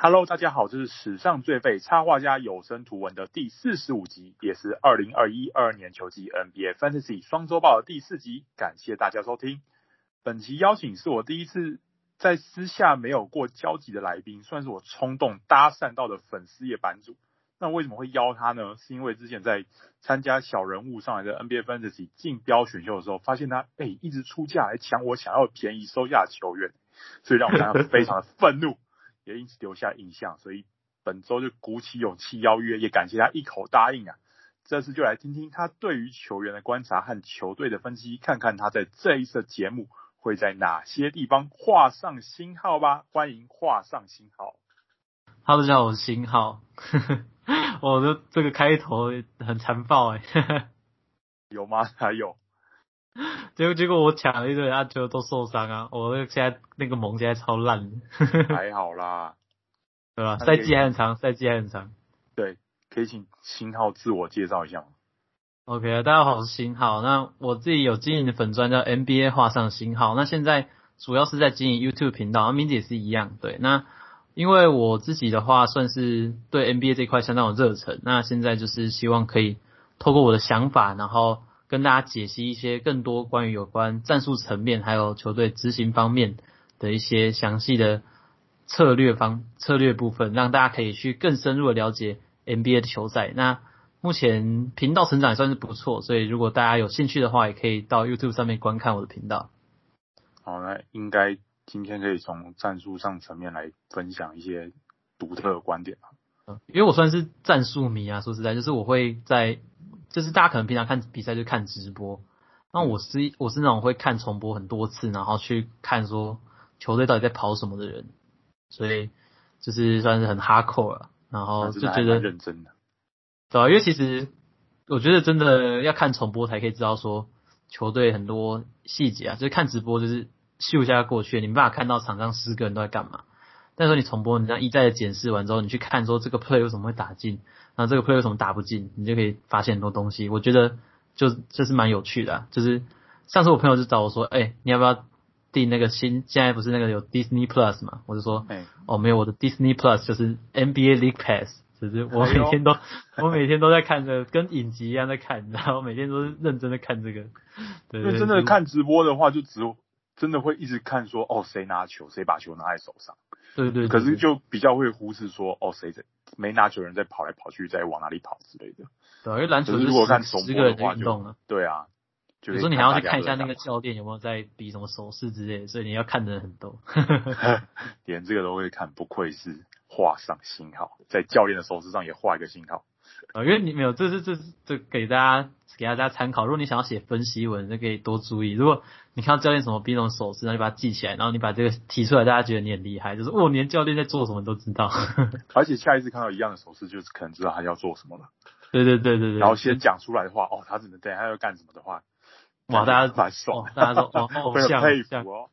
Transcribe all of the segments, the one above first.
Hello， 大家好，这是史上最废插画家有声图文的第45集，也是2021-22年球季 NBA Fantasy 双周报的第4集，感谢大家收听。本期邀请是我第一次在私下没有过交集的来宾，算是我冲动搭讪到的粉丝页版主。那为什么会邀他呢？是因为之前在参加小人物上来的 NBA Fantasy 竞标选秀的时候，发现他一直出价来抢我想要便宜收下的球员，所以让我感到非常的愤怒。也因此留下印象，所以本周就鼓起勇气邀约，也感谢他一口答应啊。这次就来听听他对于球员的观察和球队的分析，看看他在这一次的节目会在哪些地方画上星号吧。欢迎画上星号。 Hello， 大家好，我是星号。我的这个开头很残暴有吗？还有。 结果我抢了一堆，结果都受伤啊！我现在那个盟现在超烂的。 还好啦， 对吧？赛季还很长。 对，可以请星号自我介绍一下吗 ？OK， 大家好，我是星号。那我自己有经营的粉专叫 NBA 画上星号。那现在主要是在经营 YouTube 频道，名字也是一样。对，那因为我自己的话算是对 NBA 这块相当有热忱，那现在就是希望可以透过我的想法，然后跟大家解析一些更多关于有关战术层面还有球队执行方面的一些详细的策略部分，让大家可以去更深入的了解 NBA 的球赛。那目前频道成长也算是不错，所以如果大家有兴趣的话，也可以到 YouTube 上面观看我的频道。 好，那应该今天可以从战术上层面来分享一些独特的观点。 因为我算是战术迷啊，说实在，就是我会就是大家可能平常看比赛就看直播，那我是那种会看重播很多次，然后去看说球队到底在跑什么的人，所以就是算是很 hardcore 了，然后就觉得认真的， 对啊，因为其实我觉得真的要看重播才可以知道说球队很多细节啊，就是看直播就是咻一下过去，你没办法看到场上10个人都在干嘛。但是你重播，你这样一再的检视完之后，你去看说这个 play 为什么会打进，然后这个 play 为什么打不进，你就可以发现很多东西。我觉得这是蛮有趣的就是上次我朋友就找我说，你要不要订那个现在不是那个有 Disney Plus 嘛？我就说，没有，我的 Disney Plus 就是 NBA League Pass， 就是我每天都在看这个，跟影集一样在看，然后每天都是认真的看这个。对， 因为真的看直播的话，就真的会一直看说谁拿球，谁把球拿在手上。 对。 可是就比较会忽视说谁没拿球人在跑来跑去，在往哪里跑之类的。 对，因为篮球是如果看重 10个人的运动啊。 对啊。 有时候你还要去看一下那个教练有没有在比什么手势之类的，所以你要看的人很多。 连这个都会看，不愧是画上星号，在教练的手势上也画一个星号。 因为你没有，这给大家参考。如果你想要写分析文，就可以多注意。如果你看到教练什么比什么手势，然后你把它记起来，然后你把这个提出来，大家觉得你很厉害，就是连教练在做什么都知道。 而且下一次看到一样的手势，就是可能知道他要做什么了。 对。 然后先讲出来的话，他等一下要干什么的话， 哇，大家蛮爽， 大家说偶像佩服哦。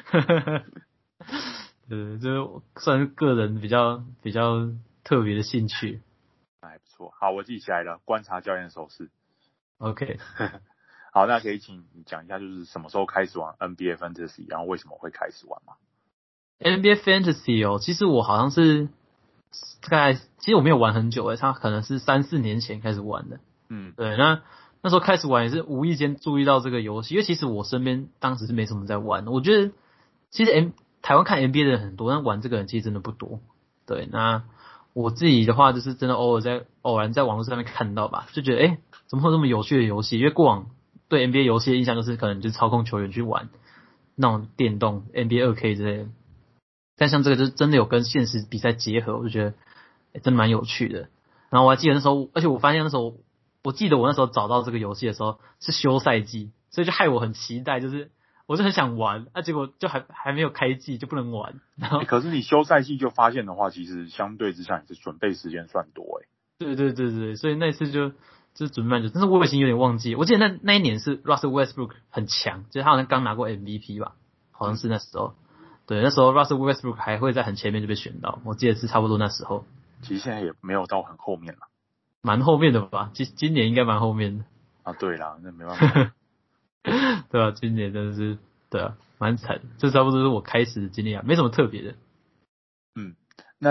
对，就是算是个人比较特别的兴趣。 还不错，好，我记起来了，观察教练的手势。 OK， 好，那可以请你讲一下，就是什么时候开始玩 NBA Fantasy， 然后为什么会开始玩吗 ？NBA Fantasy 其实我好像是其实我没有玩很久它可能是3-4年前开始玩的。对，那时候开始玩也是无意间注意到这个游戏，因为其实我身边当时是没什么在玩的。我觉得其实台湾看 NBA 的人很多，但玩这个人其实真的不多。对，那我自己的话就是真的偶然在网络上面看到吧，就觉得怎么会有这么有趣的游戏？因为过往对 NBA 游戏的印象就是可能就是操控球员去玩那种电动 NBA 2K 之类的，但像这个就是真的有跟现实比赛结合，我就觉得真的蛮有趣的。然后我还记得那时候，而且我发现那时候我记得我那时候找到这个游戏的时候是休赛季，所以就害我很期待，就是我就很想玩，结果就还没有开季就不能玩。然后可是你休赛季就发现的话，其实相对之下你是准备时间算多对，所以那次就是准备蛮久，但是我已经有点忘记。我记得那一年是 Russell Westbrook 很强，就是他好像刚拿过 MVP 吧，好像是那时候。对，那时候 Russell Westbrook 还会在很前面就被选到，我记得是差不多那时候。 其实现在也没有到很后面了。 蛮后面的吧，今年应该蛮后面的。 对啦，那没办法。 对啊，今年真的是对啊，蛮惨。这差不多是我开始的经历啊，没什么特别的。 那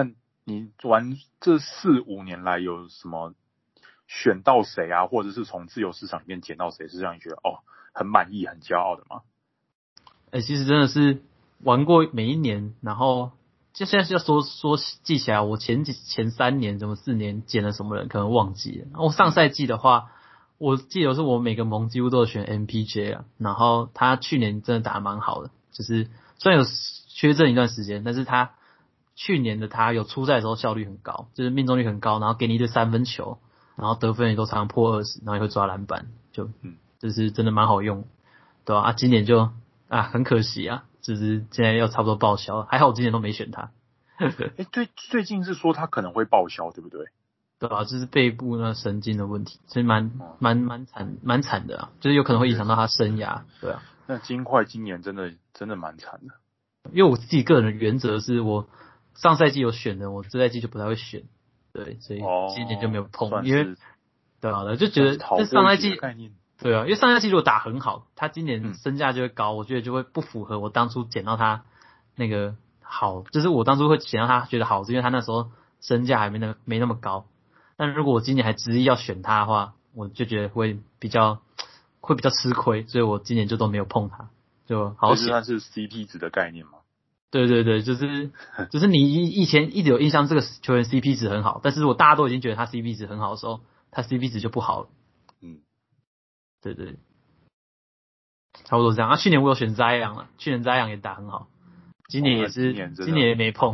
你玩这4-5年来有什么选到谁啊，或者是从自由市场里面捡到谁，是让你觉得很满意、很骄傲的吗？ 其实真的是玩过每一年，然后就现在要说记起来，我前3年、怎么4年捡了什么人，可能忘记了。我上赛季的话，我记得是我每个盟几乎都有选 MPJ 啊，然后他去年真的打得蛮好的，就是虽然有缺阵一段时间，但是他去年的他有出赛的时候效率很高，就是命中率很高，然后给你一堆3分球，然后得分也都常常破20，然后也会抓篮板，就是真的蛮好用，对吧？今年就很可惜啊，就是现在要差不多报销，还好我今年都没选他。 最近是说他可能会报销，对不对？ 对啊，就是背部那神经的问题，其实蛮惨的啊，就是有可能会影响到他生涯，对啊。 那金块今年真的蛮惨的， 因为我自己个人的原则是我上赛季有选的，我这赛季就不太会选，对，所以今年就没有碰，因为对啊，就觉得这上赛季概念，对啊，因为上赛季如果打很好，他今年身价就会高，我觉得就会不符合我当初捡到他那个好，就是我当初会捡到他觉得好，是因为他那时候身价还没那么高。但如果我今年还执意要选他的话，我就觉得会比较吃亏，所以我今年就都没有碰他，就好险。 它是 CP 值的概念吗？ 对对对，就是你以前一直有印象这个球员 CP 值很好，但是大家都已经觉得他 CP 值很好的时候，他 CP 值就不好了。对对，差不多这样。去年我有选 Zion 了，去年 Zion 也打很好，今年也是，今年也没碰。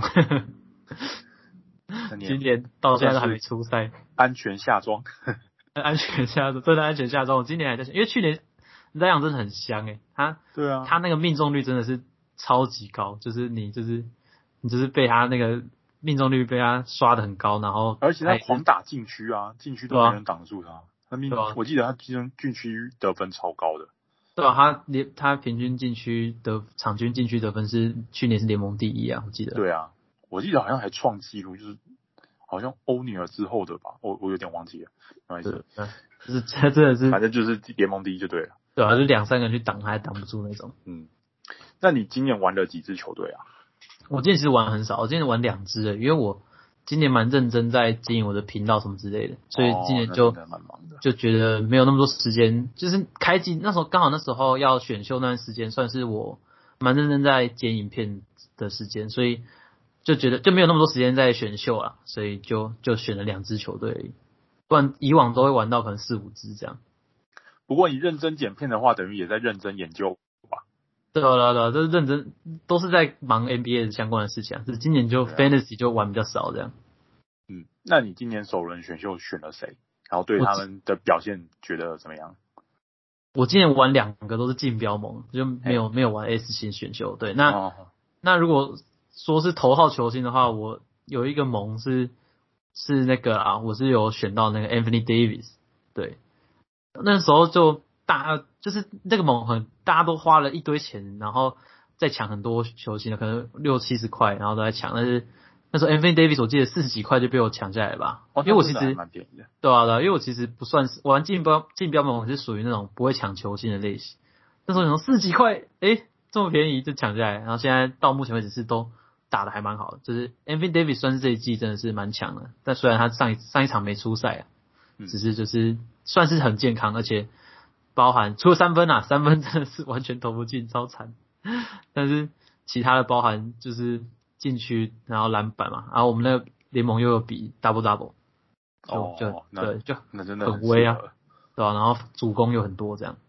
今年到现在都还没出赛， 安全下庄， 安全下庄，真的安全下庄。我今年还在想，因为去年Zion真的很香对啊， 他那个命中率真的是超级高，就是你就是被他那个命中率被他刷得很高，然后而且他狂打禁区啊，禁区都没人挡住他。我记得他禁区得分超高的。 对啊，他平均禁区场均禁区得分是去年是联盟第1啊，我记得。 对啊，我记得好像还创纪录，就是好像欧尼尔之后的吧，我有点忘记了，没关系。 就是他真的是， 反正就是联盟第1就对了。 对啊，就2-3个人去挡他还挡不住那种。 那你今年玩了几支球队啊？ 我今年其实玩很少，我今年玩2支的，因为我今年蛮认真在经营我的频道什么之类的，所以今年就觉得没有那么多时间，就是开季那时候刚好那时候要选秀那段时间，算是我蛮认真在剪影片的时间，所以就觉得就没有那么多时间在选秀了，所以就选了2支球队而已，不然以往都会玩到可能4-5支这样。 不过你认真剪片的话，等于也在认真研究吧？ 对，都是认真，都是在忙 NBA 相关的事情啊。是今年就 Fantasy 就玩比较少这样。 那你今年首轮选秀选了谁？然后对他们的表现觉得怎么样？ 我今年玩2个都是竞标盟，就没有玩 S 型选秀。对，那如果说是头号球星的话，我有一个盟是那个啊，我是有选到那个 Anthony Davis。对，那时候就是那个盟大家都花了一堆钱，然后再抢很多球星的，可能60-70块，然后都在抢，但是那时候 Anthony Davis 我记得40几块就被我抢下来吧，因为我其实蛮便宜的。 对啊，因为我其实不算是我玩竞标盟，我是属于那种不会抢球星的类型。那时候你说40几块，这么便宜就抢下来，然后现在到目前为止是都打得还蛮好的，就是 Anthony Davis 算是这一季真的是蛮强的，但虽然他上一场没出赛只是就是算是很健康，而且包含除了3分3分真的是完全投不进，超惨。但是其他的包含就是禁区，然后篮板嘛，然后我们那个联盟又有比 double， 就那真的很威啊，对吧？然后主攻又很多这样。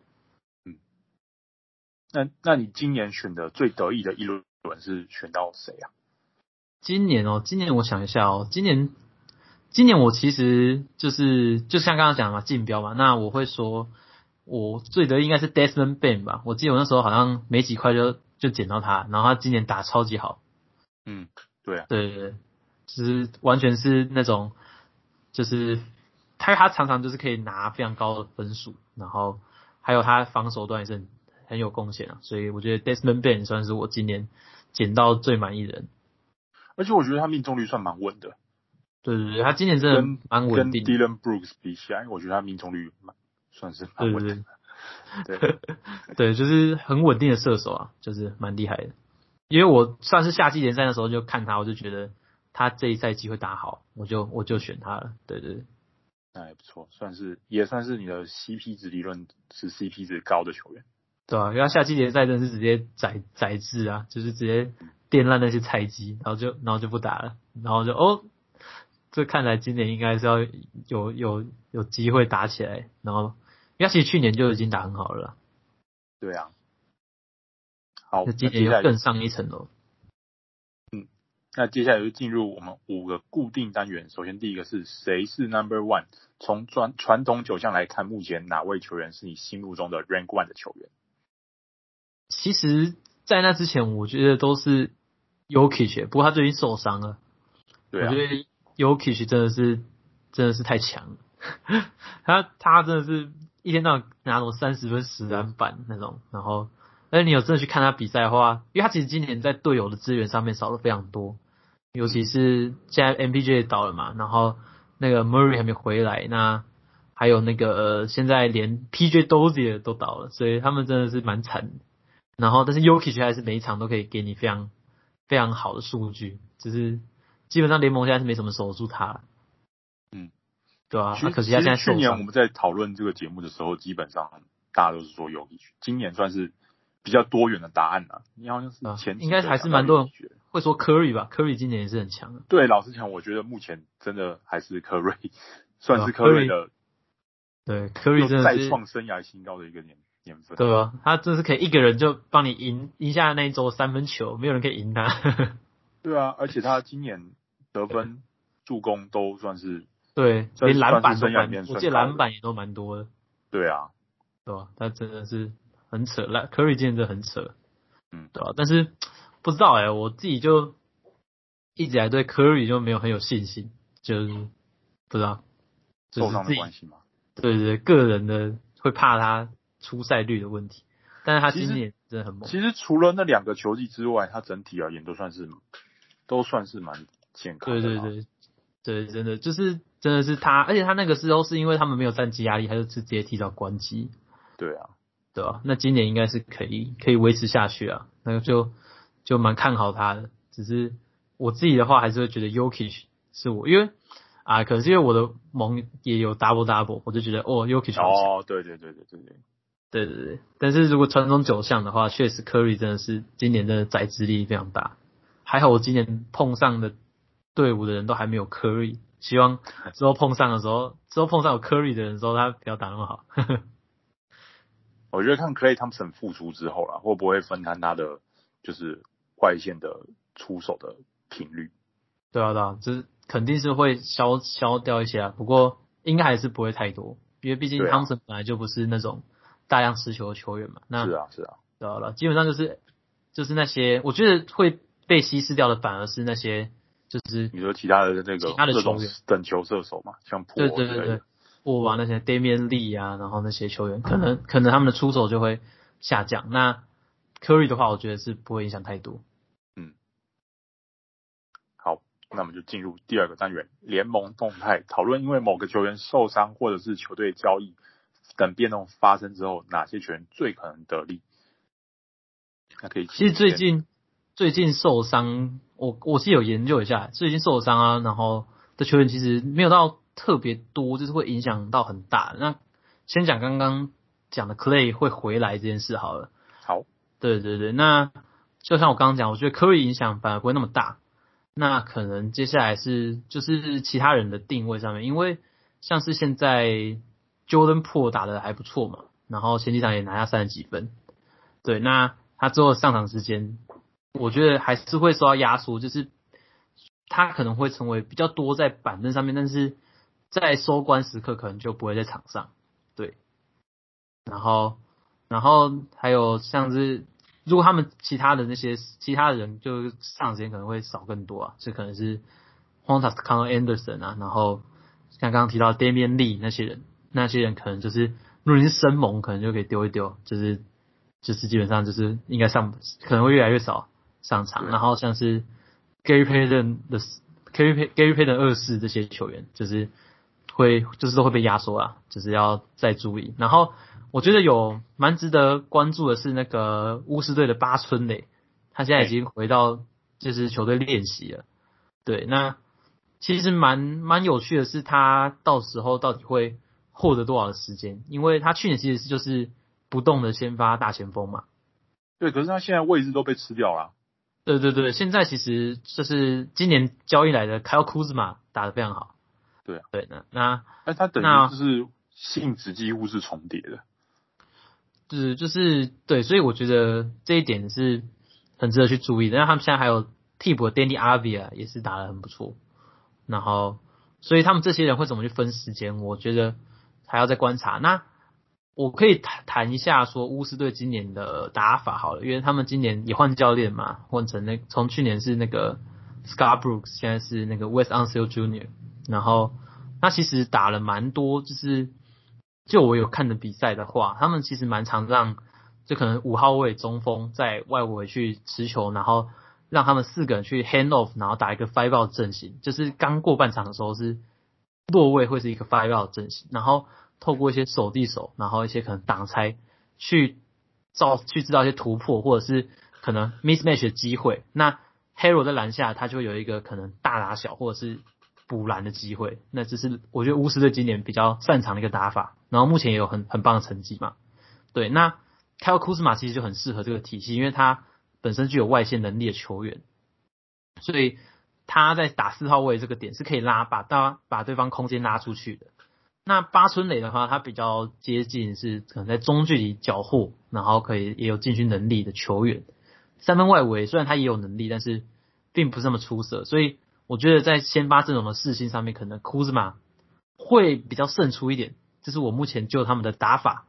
那你今年选的最得意的一轮是选到谁啊？ 今年我想一下今年我其实就像刚刚讲的嘛，竞标嘛，那我会说我最得意应该是 Desmond Bane 吧，我记得我那时候好像没几块就捡到他，然后他今年打超级好。 对啊， 对，就是完全是那种，就是他常常就是可以拿非常高的分数，然后还有他防守端也是很有贡献所以我觉得 Desmond Bane 算是我今年捡到最满意的人。 而且我觉得他命中率算蛮稳的。 对，他今年真的蛮稳定。 跟 Dylan Brooks 比起来，我觉得他命中率算是蛮稳的。 对，就是很稳定的射手啊，就是蛮厉害的。因为我算是夏季联赛的时候就看他，我就觉得他这一赛季会打好，我就选他了。对对对， 那也不错，也算是你的 CP 值理论是 CP 值高的球员。 对啊，因为他夏季联赛真的是直接宰制啊，就是直接电烂那些菜鸡，然后就不打了，然后这看来今年应该是要有机会打起来，然后因为他其实去年就已经打很好了啦。 对啊，好， 那今年又更上一层楼。 那接下来就进入我们5个固定单元。首先第一个是谁是 number one？ 从传统9项来看，目前哪位球员是你心目中的 rank one 的球员？ 其实，在那之前，我觉得都是 Jokic， 不过他最近受伤了。 对啊， 我觉得 Jokic 真的是太强了。他真的是一天到晚拿什么30分10篮板那种，然后，而且你有真的去看他比赛的话，因为他其实今年在队友的资源上面少了非常多。尤其是现在 MPJ 也倒了嘛，然后那个 Murray 还没回来，那还有那个现在连 PJ Dozier 都倒了，所以他们真的是蛮惨的。然后但是 Jokic 还是每一场都可以给你非常非常好的数据，就是基本上联盟现在是没什么守住他。对啊，可惜他现在受伤。 去年我们在讨论这个节目的时候，基本上大家都是说 Jokic， 今年算是比较多元的答案啦。你好像是应该还是蛮多人会说 Curry 吧 ，Curry 今年也是很强的。 对，老实讲，我觉得目前真的还是 Curry， 算是 Curry 的。 对 ，Curry 真的是再创生涯新高的一个年份。 对啊，他真的是可以一个人就帮你赢下那一周3分球，没有人可以赢他。 对啊，而且他今年得分、助攻都算是对，连篮板都我记得篮板也都蛮多的。 对啊， 对吧？他真的是很扯，Curry 今年真的很扯。对吧？但是不知道我自己就一直以来对 Curry 就没有很有信心，就是不知道， 受伤的关系吗？ 对对，个人的会怕他出赛率的问题，但是他今年真的很猛。 其实除了那2个球季之外，他整体而言都算是蛮健康的。 对，真的是他，而且他那个时候是因为他们没有战绩压力，他就直接提早关机。 对啊， 对吧？那今年应该是可以维持下去啊，那个就蛮看好他的。只是我自己的话，还是会觉得 Jokic 是我，因为可是因为我的盟也有 double， 我就觉得Jokic 好强。对。但是如果传统9项的话，确实 Curry 真的是今年的载资力非常大。还好我今年碰上的队伍的人都还没有 Curry， 希望之后碰上有 Curry 的人的时候，他不要打那么好。 我觉得看 Klay Thompson 复出之后啦，会不会分摊他的就是外线的出手的频率？ 对啊，就是肯定是会消掉一些啊，不过应该还是不会太多，因为毕竟 Thompson 本来就不是那种大量持球的球员嘛。那是啊， 对了，基本上就是那些，我觉得会被稀释掉的反而是那些就是你说其他的那个其他的球员等球射手嘛，像普对。那些 Damian Lee 啊，然后那些球员可能他们的出手就会下降。那 Curry 的话，我觉得是不会影响太多。 好，那我们就进入第2个单元，联盟动态讨论。因为某个球员受伤或者是球队交易等变动发生之后，哪些球员最可能得利？那可以。 其实最近受伤，我是有研究一下，最近受伤啊，然后的球员其实没有到特别多，就是会影响到很大。那先讲刚刚讲的 Klay 会回来这件事好了。 好， 对，那就像我刚刚讲，我觉得 Curry 影响反而不会那么大。那可能接下来就是其他人的定位上面，因为像是现在 Jordan Poole 打得还不错嘛，然后前几场也拿下30几分。对，那他之后上场时间，我觉得还是会受到压缩，就是他可能会成为比较多在板凳上面，但是在收官时刻可能就不会在场上。对，然后还有像是如果他们其他的人就上场时间可能会少更多啊，这可能是 Juan Toscano Anderson 啊，然后像刚刚提到 Damian Lee 那些人可能就是如果你是生猛，可能就可以丢一丢，就是基本上就是应该可能会越来越少上场。然后像是 Gary Payton 2世这些球员，就是都会被压缩啊，就是要再注意。然后我觉得有蛮值得关注的是那个巫师队的八村垒，他现在已经回到就是球队练习了。 对，那其实蛮有趣的是，他到时候到底会获得多少的时间？因为他去年其实就是不动的先发大前锋嘛。 对，可是他现在位置都被吃掉了。 对对对，现在其实就是今年交易来的 Kyle Kuzma 打得非常好。 对啊， 对，那他等于就是性质几乎是重叠的。 就是对，所以我觉得这一点是很值得去注意的。那他们现在还有替补的 Danny Avdia 也是打得很不错。然后，所以他们这些人会怎么去分时间？我觉得还要再观察。那我可以谈一下说巫师队今年的打法好了，因为他们今年也换教练嘛，换成从去年是那个 Scott Brooks， 现在是那个 Wes Unseld Jr.， 然后他其实打了蛮多，就我有看的比赛的话，他们其实蛮常让就可能5号位中锋在外围去持球，然后让他们4个人去 hand off， 然后打一个 5 out 阵型，就是刚过半场的时候是落位会是一个 5 out 阵型，然后透过一些手递手，然后一些可能挡拆去制造一些突破，或者是可能 mismatch 的机会。那 Hero 在篮下，他就会有一个可能大打小或者是补篮的机会。那这是我觉得巫师队今年比较擅长的一个打法，然后目前也有很棒的成绩嘛。对，那 Kyle Kuzma 其实就很适合这个体系，因为他本身具有外线能力的球员，所以他在打4号位这个点是可以把对方空间拉出去的。那八村垒的话，他比较接近是可能在中距离缴获，然后也有进军能力的球员。三分外围虽然他也有能力，但是并不是那么出色，所以我觉得在先发阵容的适性上面，可能 Kuzma 会比较胜出一点。这是我目前就他们的打法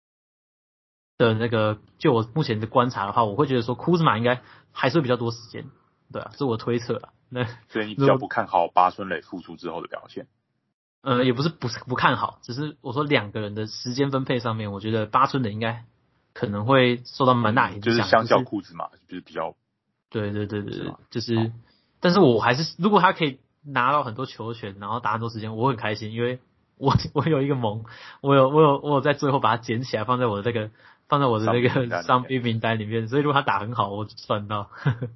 的就我目前的观察的话，我会觉得说 Kuzma 应该还是会比较多时间，对啊，是我推测啦。那所以你比较不看好八村垒复出之后的表现？ 也不是不看好，只是我说两个人的时间分配上面，我觉得八村垒应该可能会受到蛮大影响， 就是相较库兹马，就是比较对，就是，但是我还是如果他可以拿到很多球权，然后打很多时间，我会很开心，因为我有一个盟，我有在最后把它捡起来放在我的那个伤兵名单里面，所以如果他打很好，我就赚到。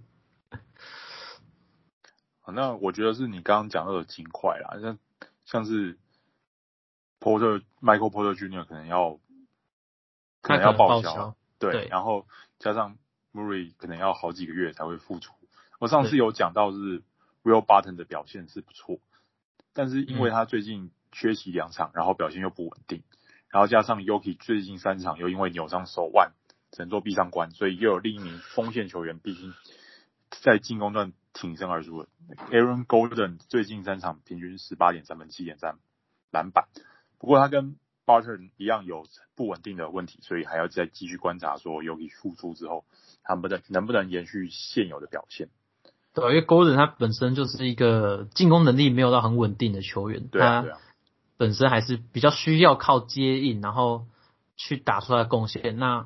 那我觉得是你刚刚讲到的金块啦，像是 Michael Porter Jr. 可能要报销，对，然后加上 Murray 可能要好几个月才会复出。我上次有讲到是 Will Barton 的表现是不错，但是因为他最近缺席2场，然后表现又不稳定，然后加上 Yuki 最近3场又因为扭伤手腕只能做闭上关，所以又有另一名锋线球员毕竟在进攻端挺身而出的。Aaron Gordon 最近3场平均 18.3 分 7.3 篮板，不过他跟 Barton 一样有不稳定的问题，所以还要再继续观察说 Yuki 复出之后他们能不能延续现有的表现。 对，因为 Gordon 他本身就是一个进攻能力没有到很稳定的球员， 对啊， 他本身还是比较需要靠接应，然后去打出来的贡献。那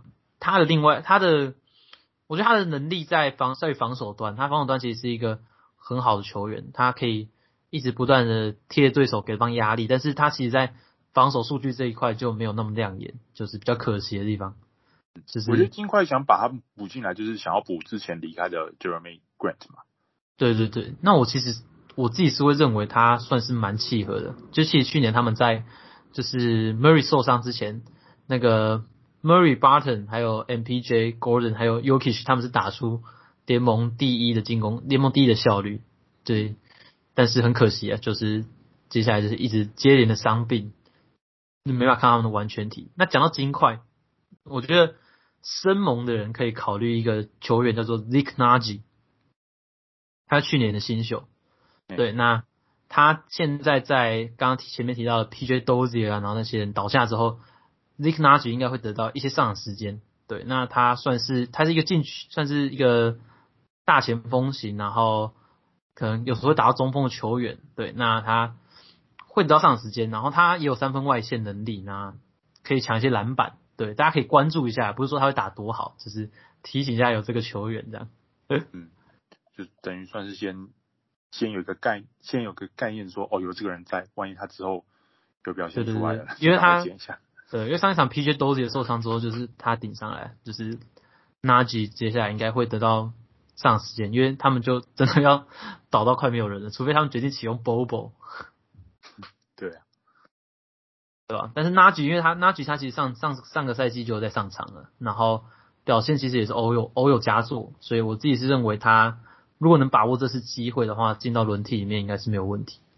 我觉得他的能力在于防守端，他防守端其实是一个很好的球员，他可以一直不断的贴对手给对方压力，但是他其实在防守数据这一块就没有那么亮眼，就是比较可惜的地方。 我觉得金块想把他补进来，就是想要补之前离开的 Jeremy Grant 嘛。 对，那我自己是会认为他算是蛮契合的，就其实去年他们在就是 Murray 受伤之前，那个 Murray、Barton 还有 MPJ、Gordon 还有 Jokic 他们是打出联盟第一的进攻，联盟第一的效率，对，但是很可惜啊，就是接下来就是一直接连的伤病，没办法看他们的完全体。那讲到金块，我觉得深盟的人可以考虑一个球员叫做 Zeke Nnaji。他去年的新秀，对，那他现在在刚刚前面提到的 PJ Dozier 啊，然后那些人倒下之后 ，Zeke Nnaji 应该会得到一些上场时间。对，那他是一个算是一个大前锋型，然后可能有时候会打到中锋的球员。对，那他会得到上场时间，然后他也有3分外线能力，那可以抢一些篮板。对，大家可以关注一下，不是说他会打多好，只是提醒一下有这个球员这样。 就等于算是先有个概念说，有这个人在，万一他之后有表现出来了， 因为因为上一场 PJ Dozier 受伤之后，就是他顶上来，就是 Nnaji 接下来应该会得到上场时间，因为他们就真的要倒到快没有人了，除非他们决定启用 Bobo。 对啊， 对吧？但是 Nagy 因为Nagy 他其实上个赛季就有在上场了，然后表现其实也是偶有佳作，所以我自己是认为他如果能把握这次机会的话，进到轮替里面应该是没有问题。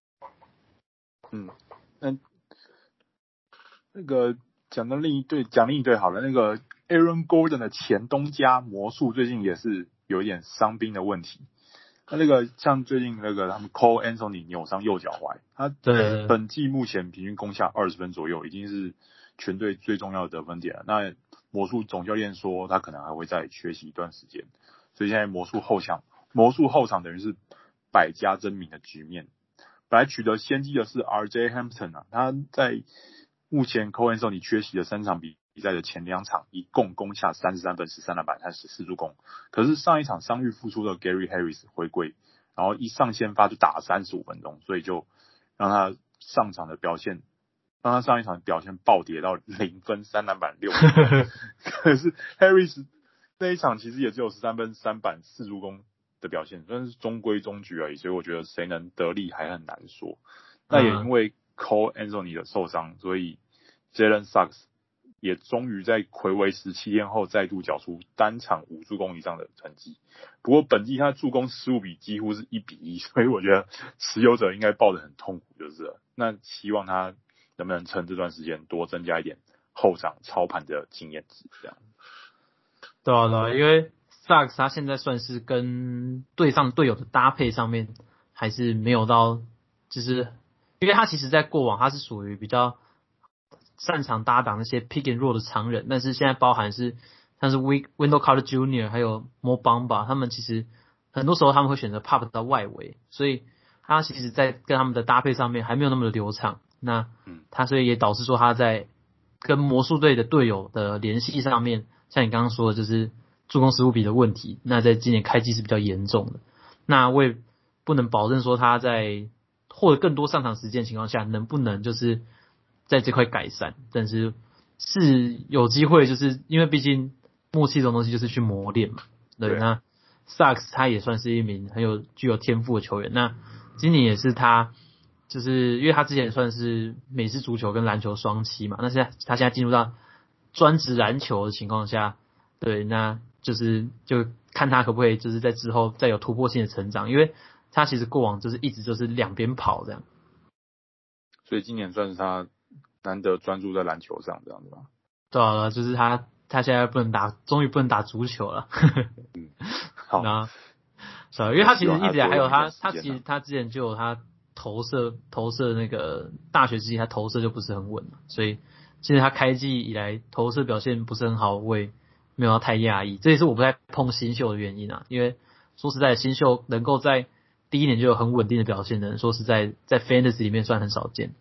那个讲另一队好了，那个 Aaron Gordon 的前东家魔术最近也是有一点伤兵的问题。那个像最近那个他们 Cole Anthony 扭伤右脚踝，他本季目前平均攻下20分左右，已经是全队最重要的得分点了。那魔术总教练说他可能还会再缺席一段时间，所以现在魔术后场等于是百家争鸣的局面。本来取得先机的是 RJ Hampton 啊，他在目前 Cole Anthony 缺席的3场比赛的前2场，一共攻下33分、13篮板和14助攻。可是上一场伤愈复出的 Gary Harris 回归，然后一上先发就打了35分钟，所以就让他上一场的表现暴跌到0分、3篮板、6分。可是 Harris 那一场其实也只有13分、3板、4助攻的表现，算是中规中矩而已。所以我觉得谁能得利还很难说。那也因为 Cole Anthony 的受伤，所以 Jalen Suggs 也终于在睽违17天后再度缴出单场5助攻以上的成绩。不过本季他的助攻失误比几乎是1比1，所以我觉得持有者应该抱得很痛苦就是了。那希望他能不能趁这段时间多增加一点后场操盘的经验值这样。 对啊，因为 Suggs 他现在算是跟队上队友的搭配上面还是没有到，就是因为他其实在过往他是属于比较擅长搭档那些 pick and roll 的常人，但是现在包含是像是 Wendell Carter Jr. 还有 Mo Bamba， 他们其实很多时候他们会选择 pop 到外围，所以他其实在跟他们的搭配上面还没有那么的流畅。那他所以也导致说他在跟魔术队的队友的联系上面，像你刚刚说的就是助攻失误比的问题，那在今年开季是比较严重的。那我也不能保证说他在获得更多上场时间的情况下能不能就是在这块改善，但是是有机会，就是因为毕竟默契这种东西就是去磨练嘛。对，那 Suggs 他也算是一名具有天赋的球员，那今年也是他就是因为他之前算是美式足球跟篮球双栖嘛，那他现在进入到专职篮球的情况下，对，那就看他可不可以就是在之后再有突破性的成长，因为他其实过往就是一直就是两边跑这样， 所以今年算是他难得专注在篮球上这样子吧。 对啊，就是他现在终于不能打足球了。 好， 那是啊，因为他其实一直还有他其实他之前就有他投射那个大学之际他投射就不是很稳，所以其实他开季以来投射表现不是很好，我也没有要太讶异，这也是我不太碰新秀的原因啊。因为说实在，新秀能够在第一年就有很稳定的表现的人，说实在，在 Fantasy 里面算很少见。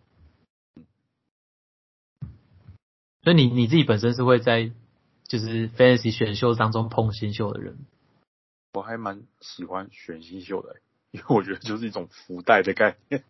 所以你自己本身是会在就是 Fantasy 选秀当中碰新秀的人？ 我还蛮喜欢选新秀的，因为我觉得就是一种福袋的概念。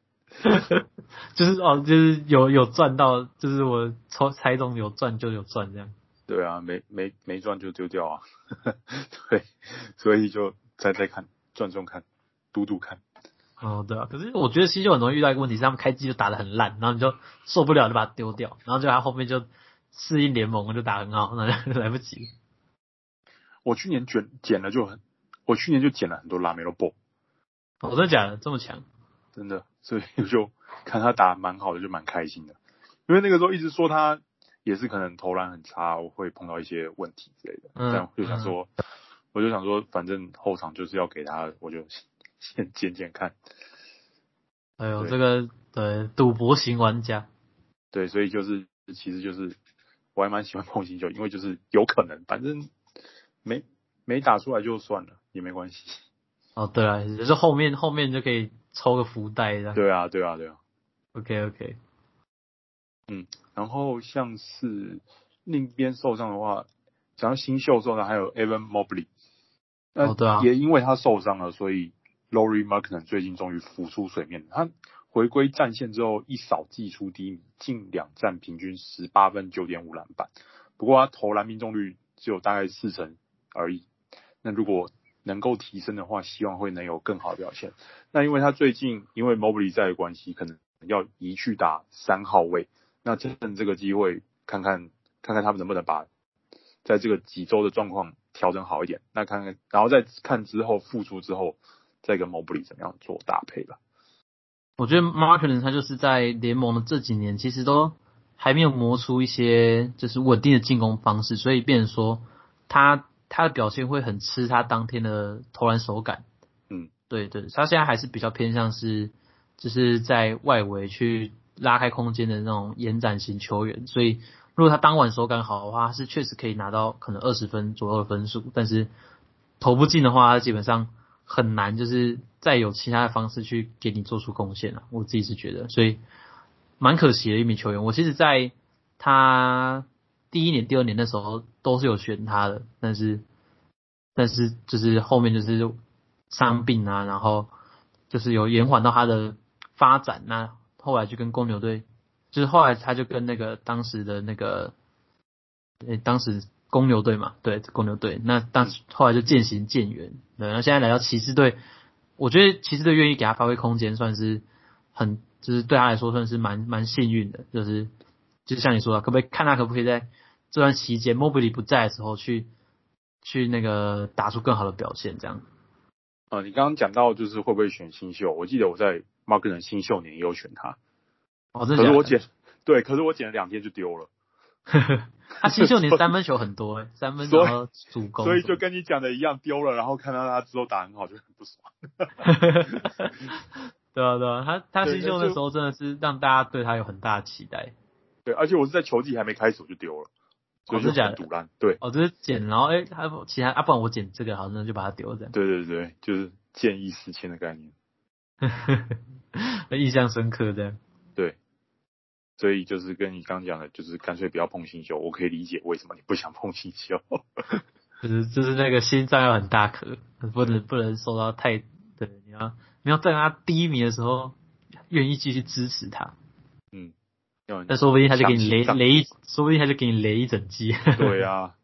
就是有赚到，就是我猜中有赚就有赚这样。 对啊，没赚就丢掉啊。对，所以就再看，赚中看，赌看。 哦，对啊，可是我觉得新秀很容易遇到一个问题是，他们开季就打得很烂，然后你就受不了就把它丢掉，然后就他后面就适应联盟就打很好，那就来不及。 我去年捡了很多拉梅洛波。 真的假的？这么强？ 真的，所以就看他打蛮好的，就蛮开心的。因为那个时候一直说他也是可能投篮很差，我会碰到一些问题之类的。但我就想说，反正后场就是要给他，我就先捡看。 哎呦，这个对赌博型玩家。 对，所以其实就是我还蛮喜欢碰新秀，因为就是有可能，反正没打出来就算了，也没关系。 哦，对啊，就是后面就可以抽个福袋这样。 对啊。 OK。 然后像是另一边受伤的话，讲到新秀受伤，还有 Evan Mobley。 对啊。 也因为他受伤了，所以 Lauri Markkanen 最近终于浮出水面。他回归战线之后，一扫季初低迷，近2战平均18分 9.5 篮板。不过他投篮命中率只有大概40%而已。那如果能够提升的话，希望会能有更好的表现。那因为他最近因为 Mobley 在的关系，可能要移去打3号位，那趁这个机会看看他们能不能把在这个几周的状况调整好一点，那看看，然后再看之后复出之后，再跟 Mobley 怎么样做搭配吧。 我觉得 Markkanen 他就是在联盟的这几年，其实都还没有磨出一些就是稳定的进攻方式，所以变成说他的表现会很吃他当天的投篮手感。对，他现在还是比较偏向是就是在外围去拉开空间的那种延展型球员，所以如果他当晚手感好的话，他是确实可以拿到可能20分左右的分数，但是投不进的话，他基本上很难就是再有其他的方式去给你做出贡献了，我自己是觉得，所以蛮可惜的一名球员。我其实在他第1年、第2年的时候都是有选他的，但是就是后面就是伤病啊，然后就是有延缓到他的发展，那后来就跟公牛队，就是后来他就跟那个当时的那个当时公牛队嘛，对，公牛队，那后来就渐行渐远。对，那现在来到骑士队，我觉得骑士队愿意给他发挥空间，算是就是对他来说算是蛮幸运的，就是像你说的，可不可以看他可不可以在这段期间 Mobley 不在的时候去那个打出更好的表现，这样。 你刚刚讲到就是会不会选新秀，我记得我在 Markkanen 新秀年也有选他。 哦，真的假的？ 可是我捡了2天就丢了。 他新秀年3分球很多3分然后主攻， 所以就跟你讲的一样，丢了，然后看到他之后打很好，就很不爽。 对啊，他新秀的时候真的是让大家对他有很大的期待。 对，而且我是在球季还没开始我就丢了，所以就很赌烂。对， 就是捡，然后他其他不然我捡这个好，那就把它丢这样。 对，就是见异思迁的概念。 印象深刻这样。 对，所以就是跟你刚讲的，就是干脆不要碰新秀。我可以理解为什么你不想碰新秀， 就是那个心脏要很大颗，不能受到太对，你要在他第1名的时候愿意继续支持他。但说不定他就给你雷，说不定他就给你雷一整季。 对啊，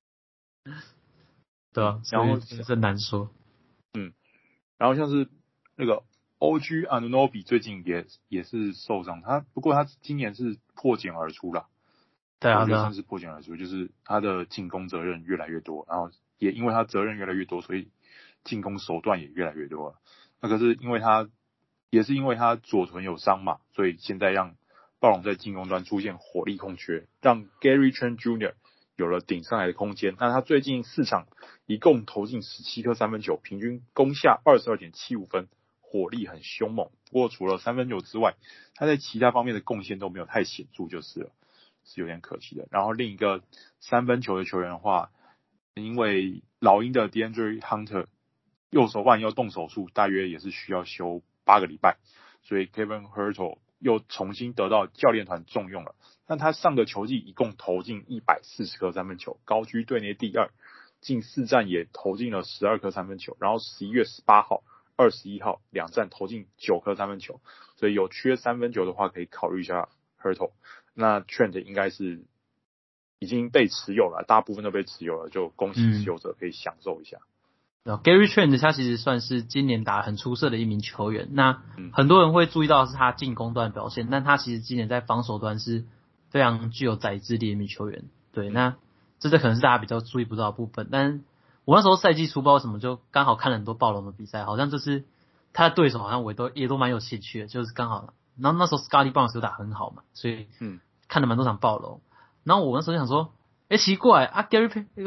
对啊，然后真难说。 然后像是那个 OG Anunoby 最近也是受伤，不过他今年是破茧而出啦。 对啊， 算是破茧而出，就是他的进攻责任越来越多，然后也因为他责任越来越多，所以进攻手段也越来越多了。那可是因为他左臀有伤嘛，所以现在让暴龙在进攻端出现火力空缺，让 Gary Trent Jr. 有了顶上来的空间。那他最近4场一共投进17颗3分球，平均攻下 22.75 分，火力很凶猛。不过除了3分球之外，他在其他方面的贡献都没有太显著，就是了，是有点可惜的。然后另一个3分球的球员的话，因为老鹰的 DeAndre Hunter 右手腕要动手术，大约也是需要休8个礼拜，所以 Kevin Huerter 又重新得到教练团重用了。但他上个球季一共投进140颗3分球，高居队内第2，近4战也投进了12颗3分球，然后11月18号、21号2战投进9颗3分球，所以有缺3分球的话可以考虑一下 Huerter。那 Trent 应该是已经被持有了，大部分都被持有了，就恭喜持有者可以享受一下。 Gary Trent 他其实算是今年打很出色的一名球员，那很多人会注意到是他进攻端的表现，但他其实今年在防守端是非常具有宰制力的一名球员。对，那这可能是大家比较注意不到的部分。但我那时候赛季初不知道为什么就刚好看了很多暴龙的比赛，好像就是他的对手好像也都蛮有兴趣的，就是刚好，然后那时候 Scottie Barnes 又打很好嘛，所以看了蛮多场暴龙。然后我那时候想说，奇怪Gary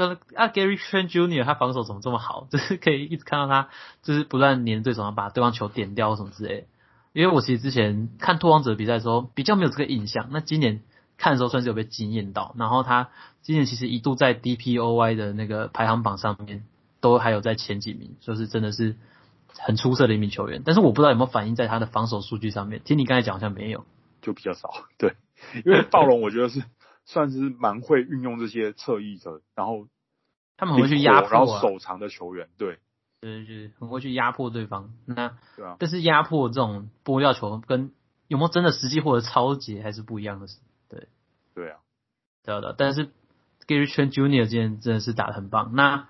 Trent Jr. 他防守怎么这么好？就是可以一直看到他，就是不断黏对手，然后把对方球点掉什么之类的。因为我其实之前看拓荒者比赛的时候比较没有这个印象，那今年看的时候算是有被惊艳到。然后他今年其实一度在 DPOY 的那个排行榜上面都还有在前几名，就是真的是很出色的一名球员。但是我不知道有没有反映在他的防守数据上面，听你刚才讲好像没有， 就比较少。对，因为暴龙我觉得是算是蛮会运用这些侧翼者，然后他们很会去压迫， 然后手长的球员，对， 就是很会去压迫对方。那对啊， 但是压迫这种拨掉球跟有没有真的实际获得超节还是不一样的事。 对啊， 但是 Gary Trent Jr. 今天真的是打得很棒。那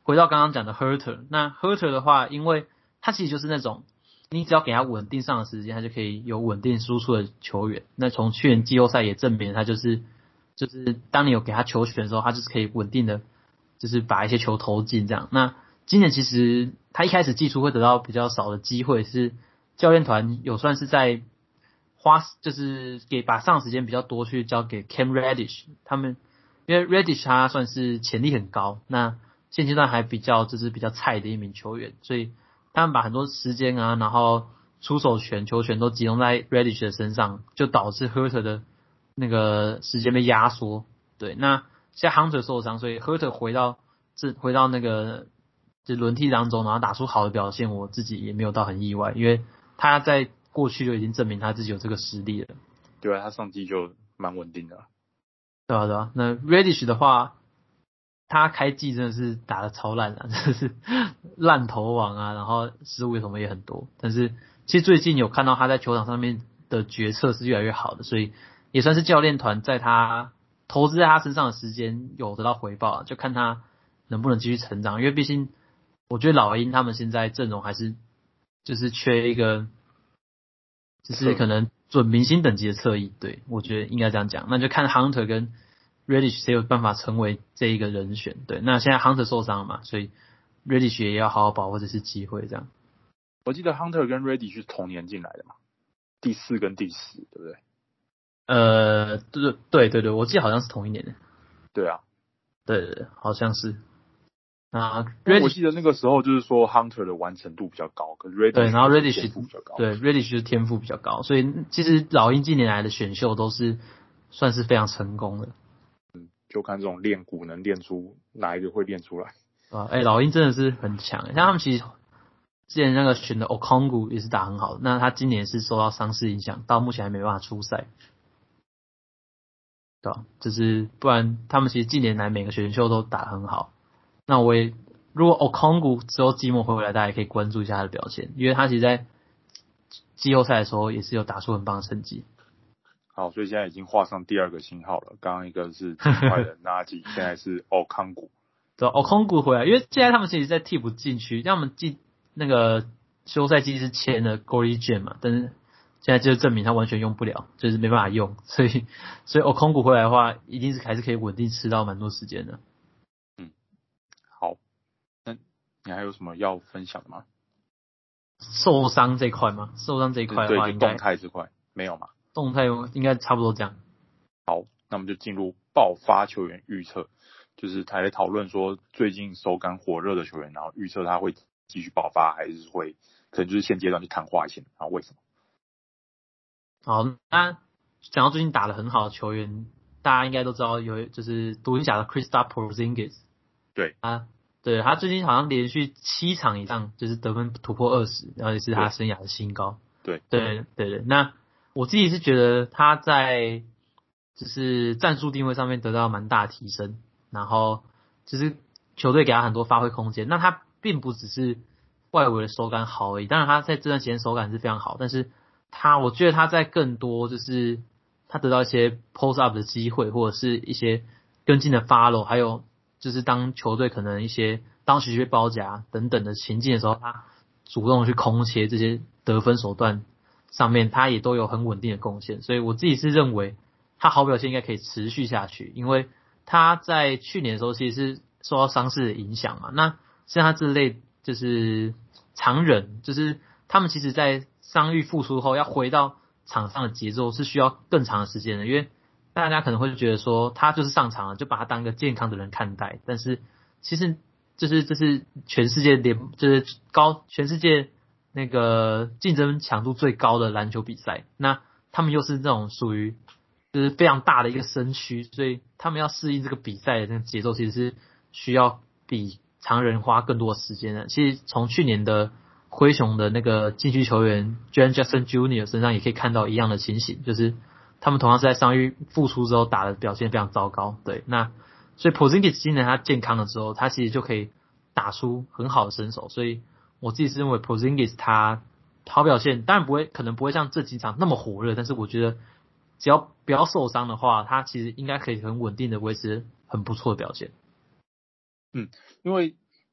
回到刚刚讲的 Hurter， 那 Hurter 的话，因为他其实就是那种你只要给他稳定上的时间，他就可以有稳定输出的球员。那从去年季后赛也证明他就是当你有给他球权的时候，他就是可以稳定的，就是把一些球投进这样。那今年其实他一开始季初会得到比较少的机会，是教练团有算是在就是把上的时间比较多去交给 Cam Reddish 他们，因为 Reddish 他算是潜力很高，那现阶段还比较菜的一名球员，所以他们把很多时间啊，然后出手权、球权都集中在 Reddish 的身上，就导致 Hurter 的那个时间被压缩。对，那现在 Hunter 受伤，所以 Hurter 回到那个就轮替当中，然后打出好的表现，我自己也没有到很意外，因为他在过去就已经证明他自己有这个实力了。 对啊，他上季就蛮稳定的。 对啊。那 Reddish 的话，他开季真的是打得超烂的，真的是烂投网啊，然后失误什么也很多。但是其实最近有看到他在球场上面的决策是越来越好的，所以也算是教练团在他投资在他身上的时间有得到回报，就看他能不能继续成长。因为毕竟我觉得老鹰他们现在阵容还是就是缺一个，就是可能准明星等级的侧翼。对，我觉得应该这样讲。那就看 Hunter 跟Reddish 谁有办法成为这一个人选。对，那现在 Hunter 受伤了嘛，所以 Reddish 也要好好把握这次机会。这样， 我记得 Hunter 跟 Reddish 是同年进来的嘛，第4跟第10，对不对？ 对，我记得好像是同一年的。 对啊， 对，好像是。啊， 我记得那个时候就是说 Hunter 的完成度比较高，可是 Reddish 对，然后 Reddish 天赋比较高， 对 Reddish 就是天赋比较高，所以其实老鹰近年来的选秀都是算是非常成功的。 就看这种练骨能练出哪一个会练出来。 老鹰真的是很强，像他们其实之前那个选的 Okongwu 也是打很好的，那他今年是受到伤势影响，到目前还没办法出赛。对吧？就是不然他们其实近年来每个选秀都打很好。那如果 Okongwu 之后季末回来，大家也可以关注一下他的表现，因为他其实在季后赛的时候也是有打出很棒的成绩。 好，所以现在已经画上第2个星号了。刚刚一个是金块的Nagy，现在是Okongwu。 对，Okongwu回来，因为现在他们其实在替补禁区，像我们那个休赛季是签了 Gordy Jam 嘛，但是现在就证明他完全用不了，就是没办法用，所以 Okongwu 回来的话，一定是还是可以稳定吃到蛮多时间的。 好，那你还有什么要分享的吗？ 受伤这一块吗？受伤这一块的话， 对，就动态这块没有吗？ 动态应该差不多这样。 好，那我们就进入爆发球员预测，就是他在讨论说最近手感火热的球员，然后预测他会继续爆发，还是会可能就是现阶段去昙花一现，然后为什么？ 好，那讲到最近打得很好的球员，大家应该都知道有就是独行侠的 Kristaps Porzingis。 对啊，对他最近好像连续7场以上就是得分突破20，然后也是他生涯的新高。 对， 那我自己是觉得他在就是战术定位上面得到蛮大的提升，然后就是球队给他很多发挥空间。那他并不只是外围的手感好而已，当然他在这段时间手感是非常好，但是我觉得他在更多就是他得到一些 post up 的机会，或者是一些跟进的 follow， 还有就是当球队可能一些当时被包夹等等的情境的时候，他主动去空切这些得分手段上面，他也都有很稳定的贡献。所以我自己是认为他好表现应该可以持续下去，因为他在去年的时候其实是受到伤势的影响嘛。那像他这类就是常人，就是他们其实在伤愈复出后要回到场上的节奏是需要更长的时间的，因为大家可能会觉得说他就是上场了，就把他当一个健康的人看待，但是其实这是全世界就是全世界那个竞争强度最高的篮球比赛，那他们又是这种属于就是非常大的一个身躯，所以他们要适应这个比赛的那个节奏，其实是需要比常人花更多的时间的。其实从去年的灰熊的那个禁区球员 Jaren Jackson Jr. 身上也可以看到一样的情形，就是他们同样是在伤愈复出之后打的表现非常糟糕。对，那所以 Porzingis 今年他健康了之后，他其实就可以打出很好的身手，所以我自己是认为 Porzingis 他好表现，当然可能不会像这几场那么火热，但是我觉得只要不要受伤的话，他其实应该可以很稳定的维持很不错的表现。 因为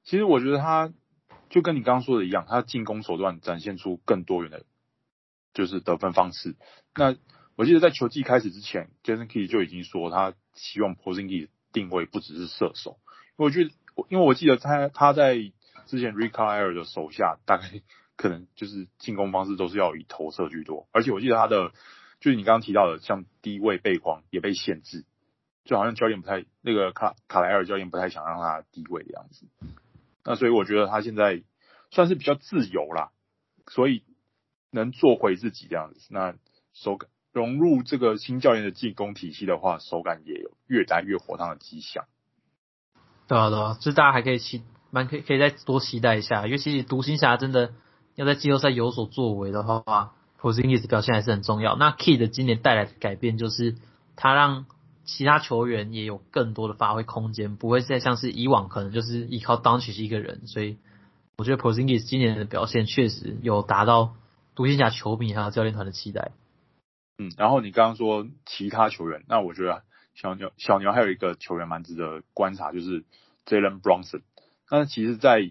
其实我觉得他就跟你刚刚说的一样，他进攻手段展现出更多元的，就是得分方式。那我记得在球季开始之前 ，Jason Kidd 就已经说他希望 Porzingis 定位不只是射手，因为我记得他在之前 Rick Carlisle 的手下，大概可能就是进攻方式都是要以投射居多，而且我记得他的就是你刚刚提到的，像低位背框也被限制，就好像教练不太那个卡莱尔教练不太想让他低位的样子。那所以我觉得他现在算是比较自由啦，所以能做回自己这样子。那手感融入这个新教练的进攻体系的话，手感也有越来越火烫的迹象。 对啊，就是大家还可以可以再多期待一下，因为其实独行侠真的要在季后赛有所作为的话，Porzingis 表现还是很重要。那 Kidd 今年带来的改变就是他让其他球员也有更多的发挥空间，不会再像是以往可能就是依靠 Doncic 一个人，所以我觉得 Porzingis 今年的表现确实有达到独行侠球迷还有教练团的期待。 然后你刚刚说其他球员，那我觉得小牛还有一个球员蛮值得观察，就是 Jalen Brunson。那其实在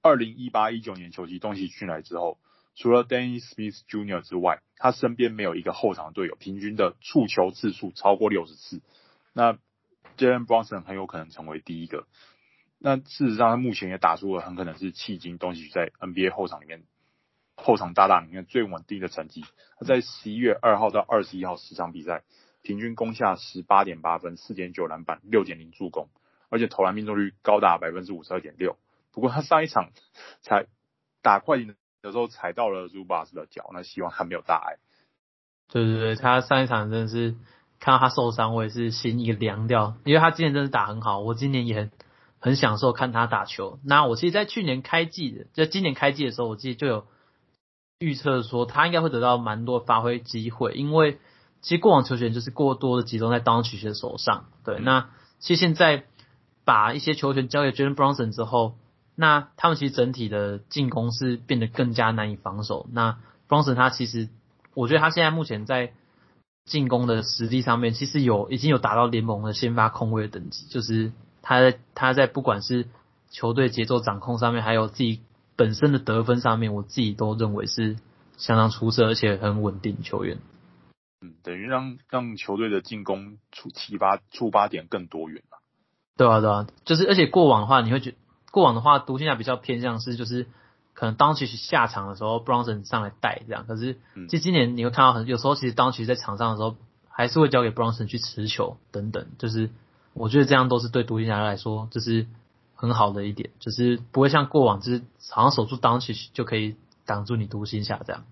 2018-19年球季东西进来之后，除了 Dennis Smith Jr. 之外，他身边没有一个后场队友平均的触球次数超过60次。那 Jalen Brunson 很有可能成为第一个。那事实上他目前也打出了很可能是迄今东西在 NBA 后场搭档里面最稳定的成绩。他在11月2号到21号10场比赛，平均攻下 18.8 分、4.9 篮板、6.0 助攻，而且投篮命中率高达 52.6%。不过他上一场才打快艇的时候踩到了 Zubac 的脚，那希望他没有大碍。 对，他上一场真的是看到他受伤，我也是心一个凉掉，因为他今年真的打很好，我今年也很享受看他打球。那我其实在今年开季的时候，我记得就有预测说他应该会得到蛮多发挥机会，因为其实过往球权就是过多的集中在 Doncic 的手上。对，那其实现在把一些球权交给 Jalen Brunson 之后，那他们其实整体的进攻是变得更加难以防守。那 Brunson 他其实我觉得他现在目前在进攻的实力上面，其实已经有达到联盟的先发控卫的等级，就是他在不管是球队节奏掌控上面，还有自己本身的得分上面，我自己都认为是相当出色而且很稳定的球员。 等于让球队的进攻触发点更多元了。 对啊，就是而且过往的话，你会觉得过往的话，独行侠比较偏向是就是可能Doncic下场的时候 ，Brunson 上来带这样。可是，其实今年你会看到有时候其实Doncic在场上的时候，还是会交给 Brunson 去持球等等。就是我觉得这样都是对独行侠来说，就是很好的一点，就是不会像过往就是好像守住Doncic就可以挡住你独行侠这样。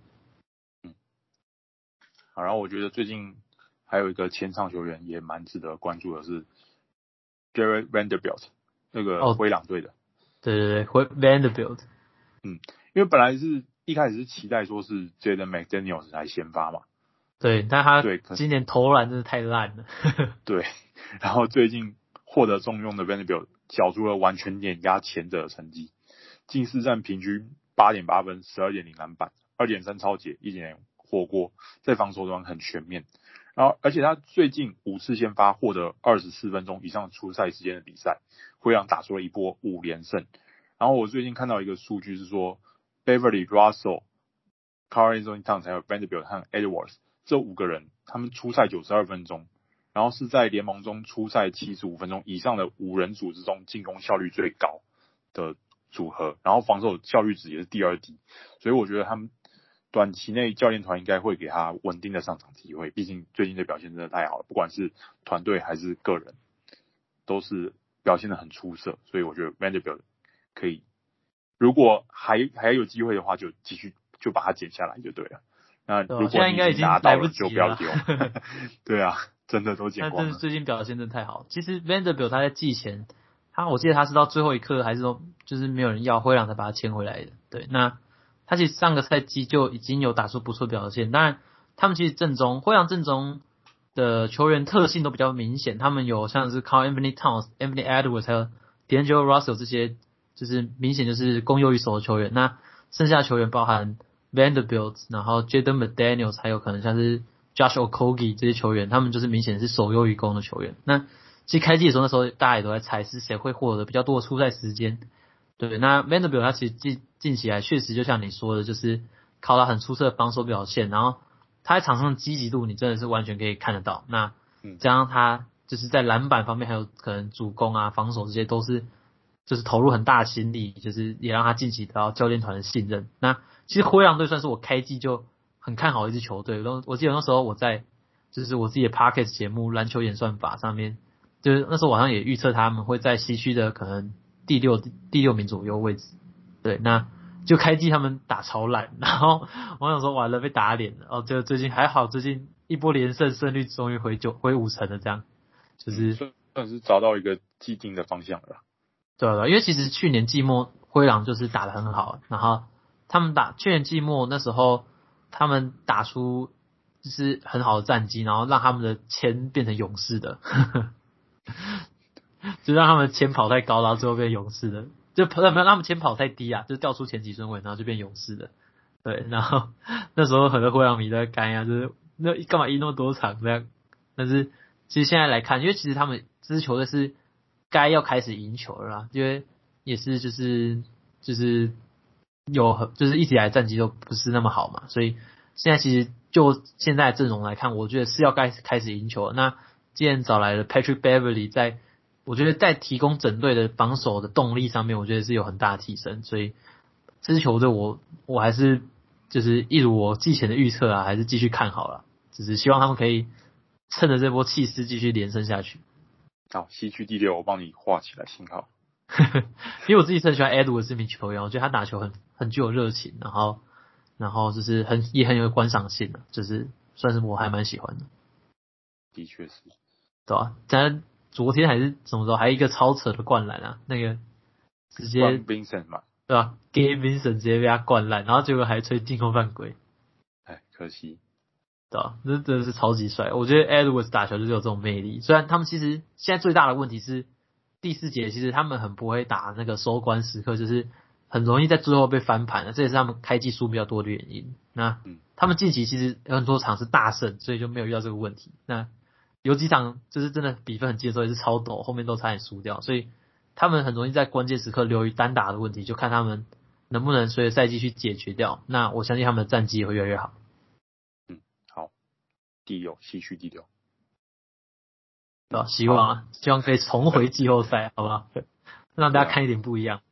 好，然后我觉得最近还有一个前场球员也蛮值得关注的是 Jarred Vanderbilt 那个灰狼队的。 对，Vanderbilt。 因为本来是一开始是期待说是 Jaden McDaniels 来先发嘛。 对，但他今年投篮真的太烂了。 对，然后最近获得重用的 Vanderbilt 缴出了完全碾压前者的成绩，近4战平均 8.8 分、12.0 篮板、2.3抄截、1.0火锅，在防守端很全面。然后，而且他最近5次先发获得24分钟以上出赛时间的比赛，灰狼打出了一波5连胜。然后我最近看到一个数据是说 ，Beverly、Russell、Karl-Anthony Towns 还有 Vanderbilt 和 Edwards 这5个人，他们出赛92分钟，然后是在联盟中出赛75分钟以上的5人组之中进攻效率最高的组合，然后防守效率值也是第2低，所以我觉得他们短期内教练团应该会给他稳定的上场机会，毕竟最近的表现真的太好了，不管是团队还是个人，都是表现得很出色，所以我觉得 Vanderbilt 可以，如果还有机会的话，就继续就把它捡下来就对了。那如果你已经拿到了，就不要丢。对啊，真的都捡光了。 但是最近表现真的太好。其实 Vanderbilt 他在季前，我记得他是到最后一刻还是说就是没有人要，灰狼才把他签回来的。对，那他其实上个赛季就已经有打出不错表现。当然，他们其实灰狼阵中的球员特性都比较明显，他们有像是 Karl-Anthony Towns、Anthony Edwards 还有 D'Angelo Russell 这些，就是明显就是攻优于守的球员。那剩下球员包含 Vanderbilt， 然后 Jaden McDaniels， 还有可能像是 Josh Okogie 这些球员，他们就是明显是守优于攻的球员。那其实开季的时候，那时候大家也都在猜是谁会获得比较多的出赛时间。 对，那 Vanderbilt 他其实近期来确实就像你说的，就是靠他很出色的防守表现，然后他在场上的积极度你真的是完全可以看得到。那加上他就是在篮板方面还有可能主攻啊、防守这些都是就是投入很大的心力，就是也让他近期得到教练团的信任。那其实灰狼队算是我开季就很看好一支球队，我记得那时候我在就是我自己的 Podcast 节目篮球演算法上面，就是那时候晚上也预测他们会在西区的可能第六名左右位置。对，那就开季他们打超烂，然后我想说完了被打脸了。哦，就最近还好，最近一波连胜，胜率终于回50%了，这样就是算是找到一个既定的方向了。 对，因为其实去年季末灰狼就是打得很好，然后他们去年季末那时候他们打出就是很好的战绩，然后让他们的签变成勇士的，就让他们签跑太高，然后最后变勇士的。就没有让他们签跑太低啊，就掉出前几顺位，然后就变勇士的。对，然后那时候很多灰狼迷都在干呀，就是那干嘛赢那么多场这样？但是其实现在来看，因为其实他们这支球队是该要开始赢球了啦，因为也是就是一直以来战绩都不是那么好嘛，所以现在其实就现在的阵容来看，我觉得是要开始赢球了。那既然找来了 Patrick Beverly，我觉得在提供整队的防守的动力上面，我觉得是有很大的提升，所以这支球队我还是就是一如我季前的预测啊，还是继续看好了，只是希望他们可以趁着这波气势继续连胜下去。 好，西区第6，我帮你画起来信号。 因为我自己是很喜欢 Edwards 这名球员，我觉得他打球很具有热情，然后就是也很有观赏性的，就是算是我还蛮喜欢的。 的确是， 对吧？咱昨天还是什么时候，还有一个超扯的灌篮啊，那个直接 Vincent 嘛， 对吧 ？Gabe Vincent 直接被他灌烂，然后结果还吹进攻犯规， 哎，可惜。 对吧？这真的是超级帅，我觉得 Edwards 打球就是有这种魅力。虽然他们其实现在最大的问题是第4节，其实他们很不会打那个收官时刻，就是很容易在最后被翻盘的，这也是他们开季输比较多的原因。那他们近期其实有很多场是大胜，所以就没有遇到这个问题。那有几场就是真的比分很近的时候也是超陡，后面都差点输掉，所以他们很容易在关键时刻流于单打的问题，就看他们能不能随着赛季去解决掉。那我相信他们的战绩也会越来越好。 好，第6，西区第6。 对吧？希望可以重回季后赛，好不好？让大家看一点不一样。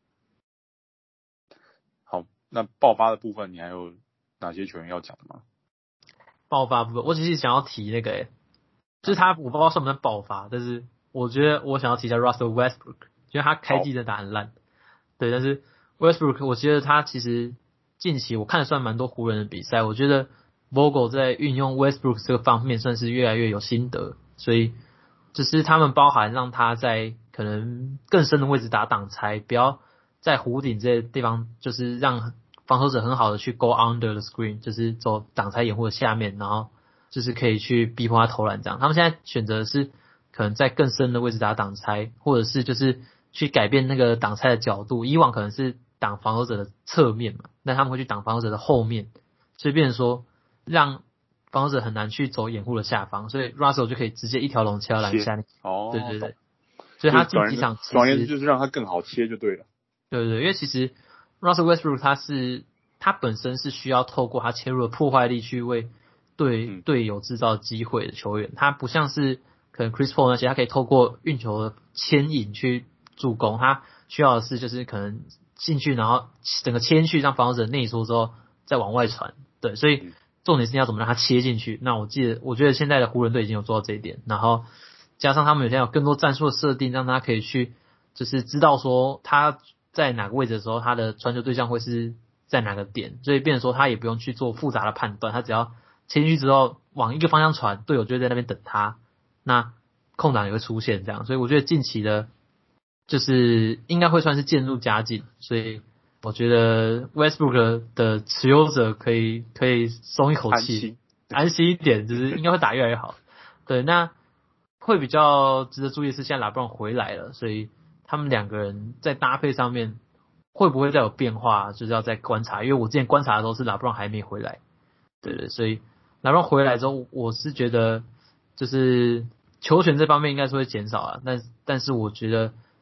好，那爆发的部分你还有哪些球员要讲的吗？ 爆发部分，我其实想要提那个就是他，我不知道算不算爆发，但是我觉得我想要提一下 Russell Westbrook， 因为他开季真的打很烂。对，但是 Westbrook 我觉得他其实近期我看了算蛮多湖人的比赛，我觉得 Vogel 在运用 Westbrook 这个方面算是越来越有心得，所以就是他们包含让他在可能更深的位置打挡拆，不要在弧顶这些地方，就是让防守者很好的去 go under the screen， 就是走挡拆掩护的下面，然后就是可以去逼迫他投篮这样。他们现在选择的是可能在更深的位置打挡拆，或者是就是去改变那个挡拆的角度。以往可能是挡防守者的侧面嘛，那他们会去挡防守者的后面，所以变成说让防守者很难去走掩护的下方，所以 Russell 就可以直接一条龙切到篮下。 哦， 对对对，所以他近几场总而言之就是让他更好切就对了。 对对对，因为其实 Russell Westbrook 他本身是需要透过他切入的破坏力去为队友制造机会的球员，他不像是可能 Chris Paul 那些，他可以透过运球的牵引去助攻，他需要的是就是可能进去，然后整个切进去让防守者内缩之后再往外传。对，所以重点是要怎么让他切进去。那我觉得现在的湖人队已经有做到这一点，然后加上他们有更多战术的设定，让他可以去就是知道说他在哪个位置的时候，他的传球对象会是在哪个点，所以变成说他也不用去做复杂的判断，他只要切进去之后往一个方向传，队友就会在那边等他，那空档也会出现这样。所以我觉得近期的就是应该会算是渐入佳境，所以我觉得 Westbrook 的持有者可以松一口气，安心一点，就是应该会打越来越好。对，那会比较值得注意的是现在 LeBron 回来了，所以他们两个人在搭配上面会不会再有变化，就是要再观察。因为我之前观察的时候是 LeBron 还没回来，对，所以 LeBron 回来之后，我是觉得就是球权这方面应该是会减少啊，但是我觉得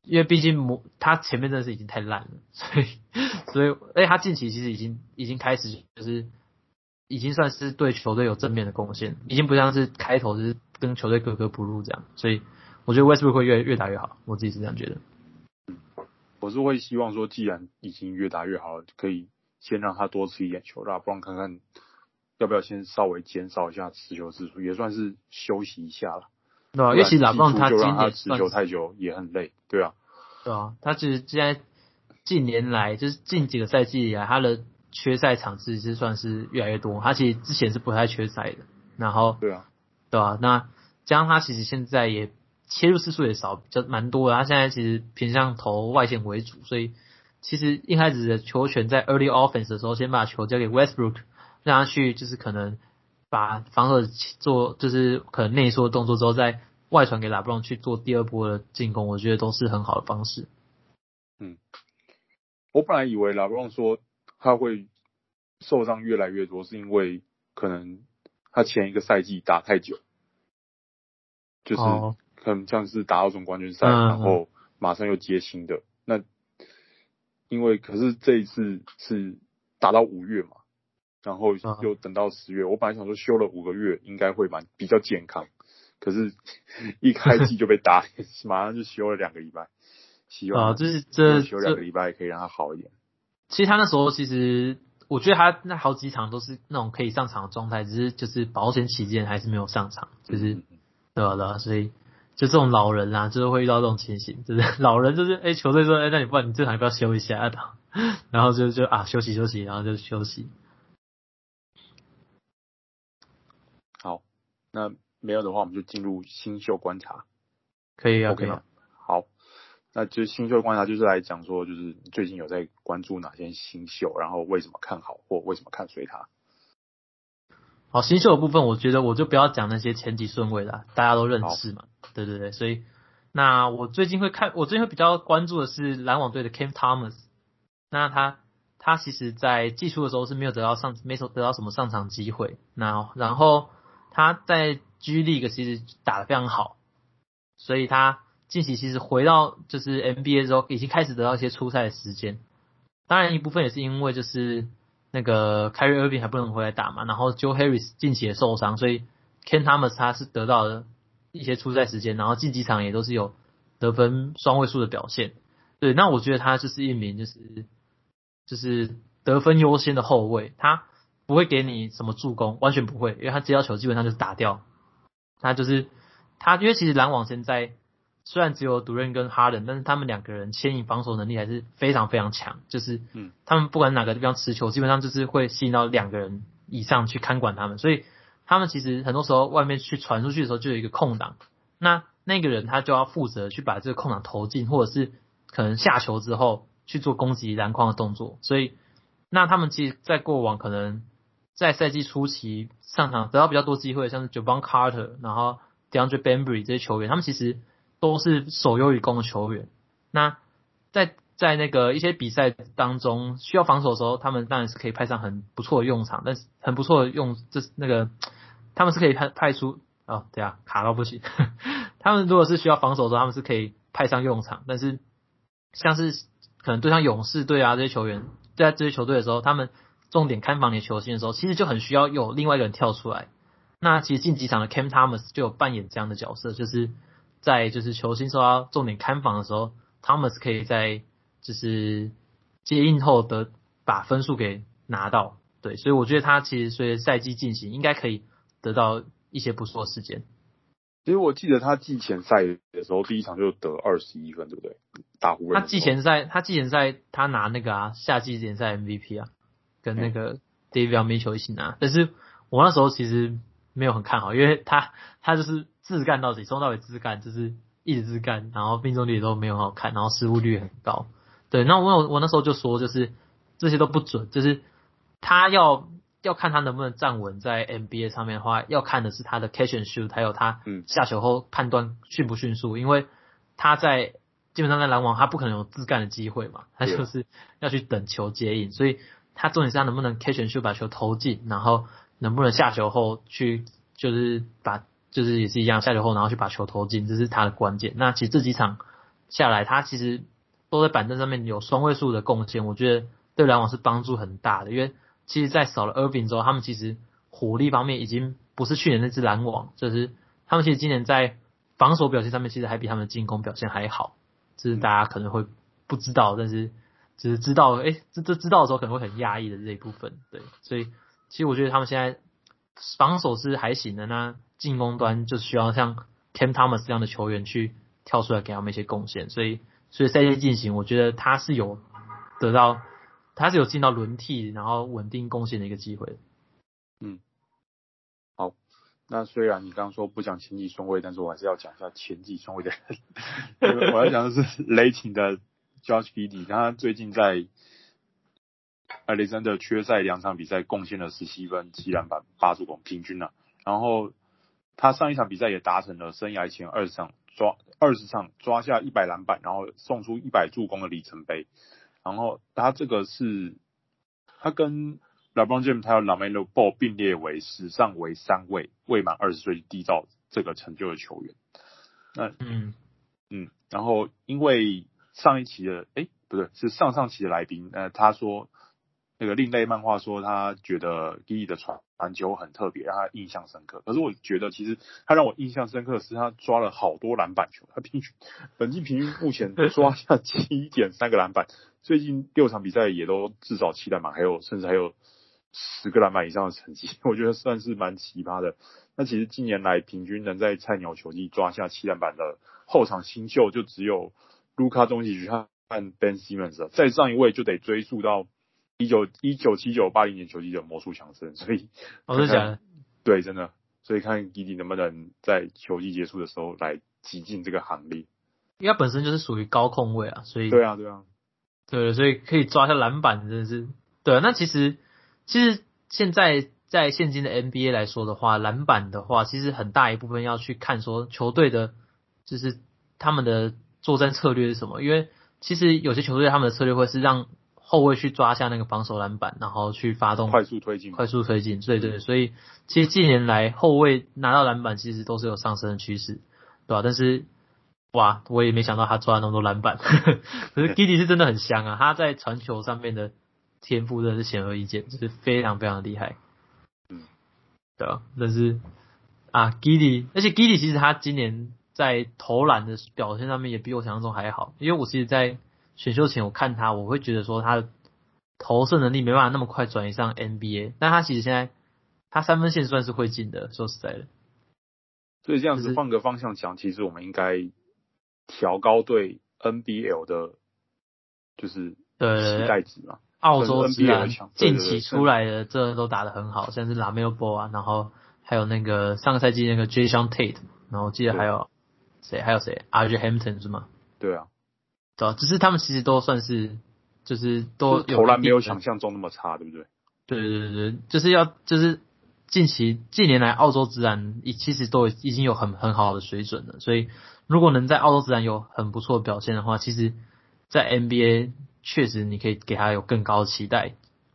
因为毕竟他前面真的是已经太烂了，所以而且他近期其实已经开始就是已经算是对球队有正面的贡献，已经不像是开头就是跟球队格格不入这样，所以我觉得 Westbrook 会越打越好，我自己是这样觉得。 我是会希望说，既然已经越打越好了，可以先让他多吃一点球，让不然看看要不要先稍微减少一下持球次数，也算是休息一下了。 对啊，因为其实拉布朗他就让他持球太久也很累，对啊。 对啊，他其实现在近年来就是近几个赛季以来，他的缺赛场次是算是越来越多。他其实之前是不太缺赛的，然后对啊， 对啊，那加上他其实现在也切入次数也少，就蛮多的。他现在其实偏向投外线为主，所以其实一开始的球权在 early offense 的时候，先把球交给 Westbrook， 让他去就是可能把防守做就是可能内缩动作之后，再外传给拉布朗去做第二波的进攻，我觉得都是很好的方式。 我本来以为拉布朗说他会受伤越来越多，是因为可能他前一个赛季打太久，就是可能像是打到总冠军赛，然后马上又接新的。那因为可是这一次是打到5月嘛，然后又等到10月，我本来想说休了5个月应该会比较健康，可是一开季就被打，马上就休了2个礼拜。希望就是休2个礼拜可以让他好一点。 其实他那时候其实我觉得他那好几场都是那种可以上场的状态，只是就是保险起见还是没有上场，就是对啊，所以就这种老人啊，就是会遇到这种情形，就是老人就是球队说那你不然你这场要不要休一下，然后就休息，然后就休息。 好，那没有的话我们就进入新秀观察。 可以啊 OK 吗？好。那就新秀观察就是来讲说，就是你最近有在关注哪些新秀，然后为什么看好或为什么看衰他。 好，新秀的部分我觉得我就不要讲那些前几顺位啦，大家都认识嘛，对，所以那我最近会比较关注的是篮网队的 Cam Thomas。那他其实在季初的时候是没有得到什么上场机会，那然后他在 G League 其实打得非常好，所以他近期其实回到就是 NBA 之后，已经开始得到一些出赛的时间。当然一部分也是因为就是那个 Kyrie Irving 还不能回来打嘛，然后 Joe Harris 近期也受伤，所以 Cam Thomas 他是得到了一些出赛时间，然后近几场也都是有得分双位数的表现。对，那我觉得他就是一名就是得分优先的后卫，他不会给你什么助攻，完全不会，因为他接到球基本上就是打掉。因为其实篮网现在虽然只有杜兰特跟哈登，但是他们两个人牵引防守能力还是非常非常强，就是他们不管哪个地方持球，基本上就是会吸引到2个人以上去看管他们，所以他们其实很多时候外面去传出去的时候就有一个空档，那个人他就要负责去把这个空档投进，或者是可能下球之后去做攻击篮筐的动作，所以那他们其实在过往可能在赛季初期上场得到比较多机会，像是 Jevon Carter 然后 DeAndre Bembry 这些球员，他们其实都是守优于攻的球员。那在那个一些比赛当中需要防守的时候，他们当然是可以派上很不错的用场，但是很不错的他们是可以派出卡到不行。他们如果是需要防守的时候，他们是可以派上用场，但是像是可能对上勇士队啊这些球员，在这些球队的时候，他们重点看防你的球星的时候，其实就很需要有另外一个人跳出来。那其实近几场的 Cam Thomas 就有扮演这样的角色，就是在就是球星受到重点看防的时候 ，Thomas 可以在就是接应后把分数给拿到。对，所以我觉得他其实随着赛季进行，应该可以得到一些不错的时间。 其实我记得他季前赛的时候，第一场就得21分，对不对？打湖人。 他季前赛他拿那个夏季联赛 MVP 跟那个 Davion Mitchell 一起拿。但是我那时候其实没有很看好，因为他就是自干到底，从头到尾自干，就是一直自干，然后命中率也都没有很好看，然后失误率也很高。对，那我那时候就说，就是这些都不准，就是他要看他能不能站稳在 NBA 上面的话，要看的是他的 catch and shoot， 还有他下球后判断迅不迅速，因为他基本上在篮网他不可能有自干的机会嘛，他就是要去等球接应，所以他重点是他能不能 catch and shoot 把球投进，然后能不能下球后去就是也是一样下球后然后去把球投进，这是他的关键。那其实这几场下来，他其实都在板凳上面有双位数的贡献，我觉得对篮网是帮助很大的。因为其实在少了 Irving 之后，他们其实火力方面已经不是去年那支篮网，就是他们其实今年在防守表现上面其实还比他们的进攻表现还好，这是大家可能会不知道，但是只是知道，这知道的时候可能会很压抑的这一部分，对，所以其实我觉得他们现在防守是还行的，那进攻端就需要像 Cam Thomas 这样的球员去跳出来给他们一些贡献，所以赛季进行，我觉得他是有进到轮替，然后稳定贡献的一个机会。 好，那虽然你刚刚说不讲前几顺位，但是我还是要讲一下前几顺位的人。我要讲的是雷霆的 Josh Giddey， 他最近在Alexander 缺赛2场比赛贡献了17分、7篮板、8助攻，平均啊。然后他上一场比赛也达成了生涯前20场抓下100篮板，然后送出100助攻的里程碑。然后他这个是他跟 LeBron James 还有 LaMelo Ball 并列为史上为3位未满20岁缔造这个成就的球员。那然后因为上一期的不对，是上期的来宾他说那个另类漫画说他觉得 Giddey 的传球很特别，让他印象深刻。可是我觉得其实他让我印象深刻的是他抓了好多篮板球，他本季平均目前抓下 7.3 个篮板，最近6场比赛也都至少7篮板，甚至还有10个篮板以上的成绩，我觉得算是蛮奇葩的。那其实近年来平均能在菜鸟球季抓下7篮板的后场新秀就只有卢卡东契奇和 Ben Simmons 了，再上一位就得追溯到1979-80年球季的魔术强森，所以真的假的？ 对，真的，所以看 Giddey 能不能在球季结束的时候来挤进这个行列。 因为他本身就是属于高控位啊，所以对啊， 对，所以可以抓下篮板，真的是对啊。那其实现在在现今的 NBA 来说的话，篮板的话，其实很大一部分要去看说球队的，就是他们的作战策略是什么。因为其实有些球队他们的策略会是让后卫去抓下那个防守篮板，然后去发动快速推进。 对，所以其实近年来后卫拿到篮板其实都是有上升的趋势，对吧？但是哇，我也没想到他抓了那么多篮板。可是 Giddey 是真的很香啊，他在传球上面的天赋真的是显而易见，就是非常非常厉害。对啊，但是Giddey， 而且 Giddey 其实他今年在投篮的表现上面也比我想象中还好，因为我其实在选秀前我看他，我会觉得说他的投射能力没办法那么快转移上 NBA， 但他其实现在他3分线算是会进的，说实在的。 所以这样子换个方向讲，其实我们应该调高对 NBL 的，就是期待值嘛。 澳洲职篮近期出来的这都打得很好，像是 LaMelo Ball 啊，然后还有那个上个赛季那个 Jason Tate， 然后记得还有谁 RJ Hampton 是吗？ 对啊， 对啊，只是他们其实都算是就是都投篮没有想象中那么差，对不对？ 对，就是近年来澳洲职篮其实都已经有很好的水准了，所以如果能在澳洲职篮有很不错的表现的话，其实在 NBA 确实你可以给他有更高的期待。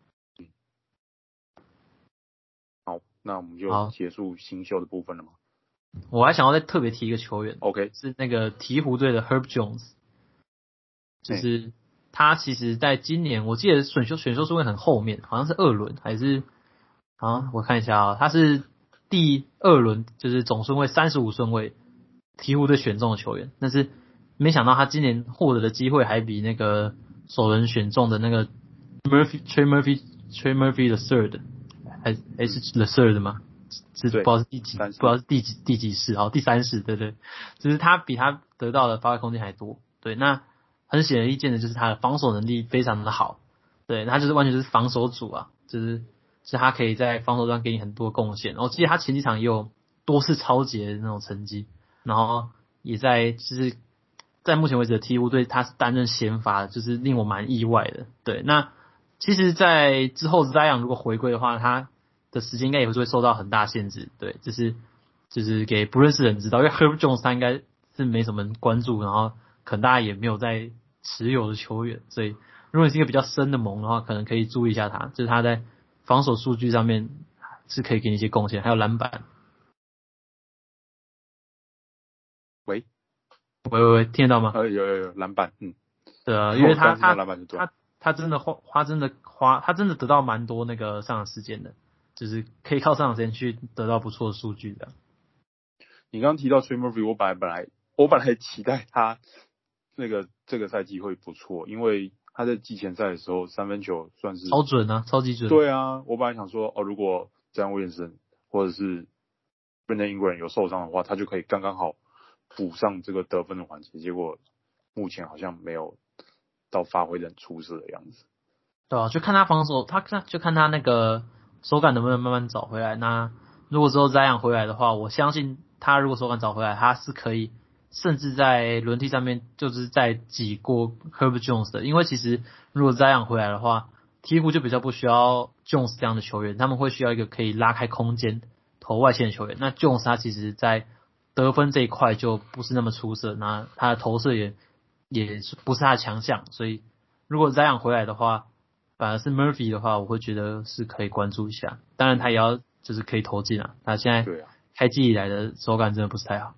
好，那我们就结束新秀的部分了吗？ 我还想要再特别提一个球员 ，OK， 是那个鹈鹕队的 Herb Jones， 就是他其实在今年我记得选秀顺位很后面，好像是2轮还是我看一下啊，他是第2轮，就是总顺位35顺位，鹈鹕队选中的球员，但是没想到他今年获得的机会还比那个首轮选中的那个 Trey Murphy the third 还是 the third 吗？不知道是第几世，第3世，对，就是他比他得到的发挥空间还多。对，那很显而易见的就是他的防守能力非常的好，对，他就是完全就是防守组啊，是他可以在防守端给你很多贡献。我记得他前几场也有多次超节的那种成绩，然后也就是在目前为止的鹈鹕队他是担任先发的，就是令我蛮意外的。对，那其实在之后Zion如果回归的话，他的时间应该也会受到很大限制，对，就是给不认识的人知道，因为 Herb Jones 他应该是没什么人关注，然后可能大家也没有在持有的球员，所以如果你是一个比较深的盟的话，可能可以注意一下他，就是他在防守数据上面是可以给你一些贡献，还有篮板。 喂， 喂，听得到吗？ 有篮板， 对啊，因为他真的得到蛮多那个上场时间的，就是可以靠上场时间去得到不错的数据的。 你刚刚提到 Trey Murphy，我本来期待他这个赛季会不错，因为他在季前赛的时候三分球算是超准啊，超级准。 对啊，我本来想说如果詹威廉森或者是 Brandon Ingram 有受伤的话，他就可以刚刚好补上这个得分的环节，结果目前好像没有到发挥的很出色的样子。 对啊，就看他防守，就看他那个手感能不能慢慢找回来。那如果之后Zion回来的话，我相信他如果手感找回来，他是可以甚至在轮替上面就是在挤过 Herbert Jones 的。因为其实如果Zion回来的话，鹈鹕就比较不需要 Jones 这样的球员，他们会需要一个可以拉开空间投外线的球员。那 Jones 他其实在得分这一块就不是那么出色，那他的投射也不是他的强项，所以如果Zion回来的话，反而是 Murphy 的话，我会觉得是可以关注一下。当然他也要就是可以投进啊，他现在开季以来的手感真的不是太好。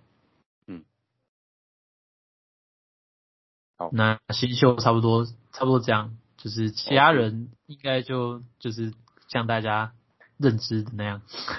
好， 那新秀差不多这样，就是其他人应该就是像大家认知的那样。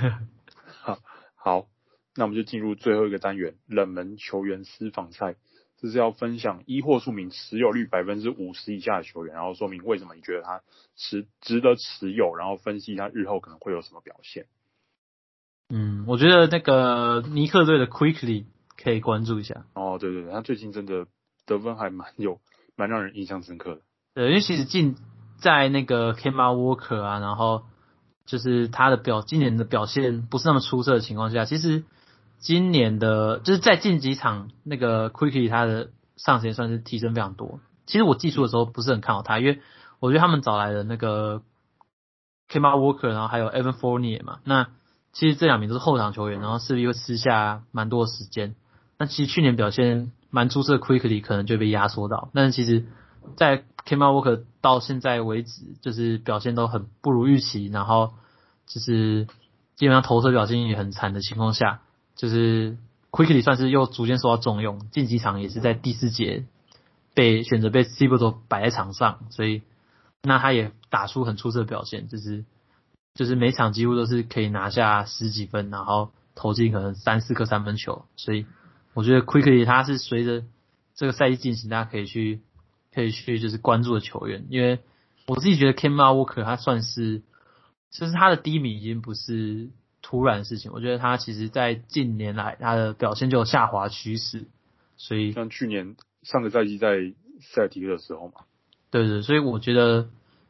好，那我们就进入最后一个单元，冷门球员私房菜。这是要分享一或数名持有率50%以下的球员，然后说明为什么你觉得他值得持有，然后分析他日后可能会有什么表现。 我觉得那个尼克队的 Quickly 可以关注一下。 对，他最近真的得分还蛮让人印象深刻的。 对，因为其实在那个 Kemba Walker 啊，然后就是他的今年的表现不是那么出色的情况下，其实今年的就是在近几场那个 Quickly 他的上限算是提升非常多。其实我季初的时候不是很看好他，因为我觉得他们找来的那个 Kemba Walker， 然后还有 Evan Fournier 嘛，那其实这两名都是后场球员，然后势必会吃下蛮多的时间。那其实去年表现蛮出色的 Quickly 可能就被压缩到，但是其实在 Kemba Walker 到现在为止就是表现都很不如预期，然后就是基本上投射表现也很惨的情况下，就是 Quickly 算是又逐渐受到重用，近几场也是在第4节选择被 Thibodeau 摆在场上，所以那他也打出很出色的表现，就是每场几乎都是可以拿下10几分，然后投进可能3-4颗三分球，所以我觉得 Quickly 他是随着这个赛季进行，大家可以去就是关注的球员，因为我自己觉得 Kemba Walker 他算是就是他的低迷已经不是突然的事情，我觉得他其实在近年来他的表现就有下滑趋势，所以像去年上个赛季在塞尔提克的时候嘛， 对，所以我觉得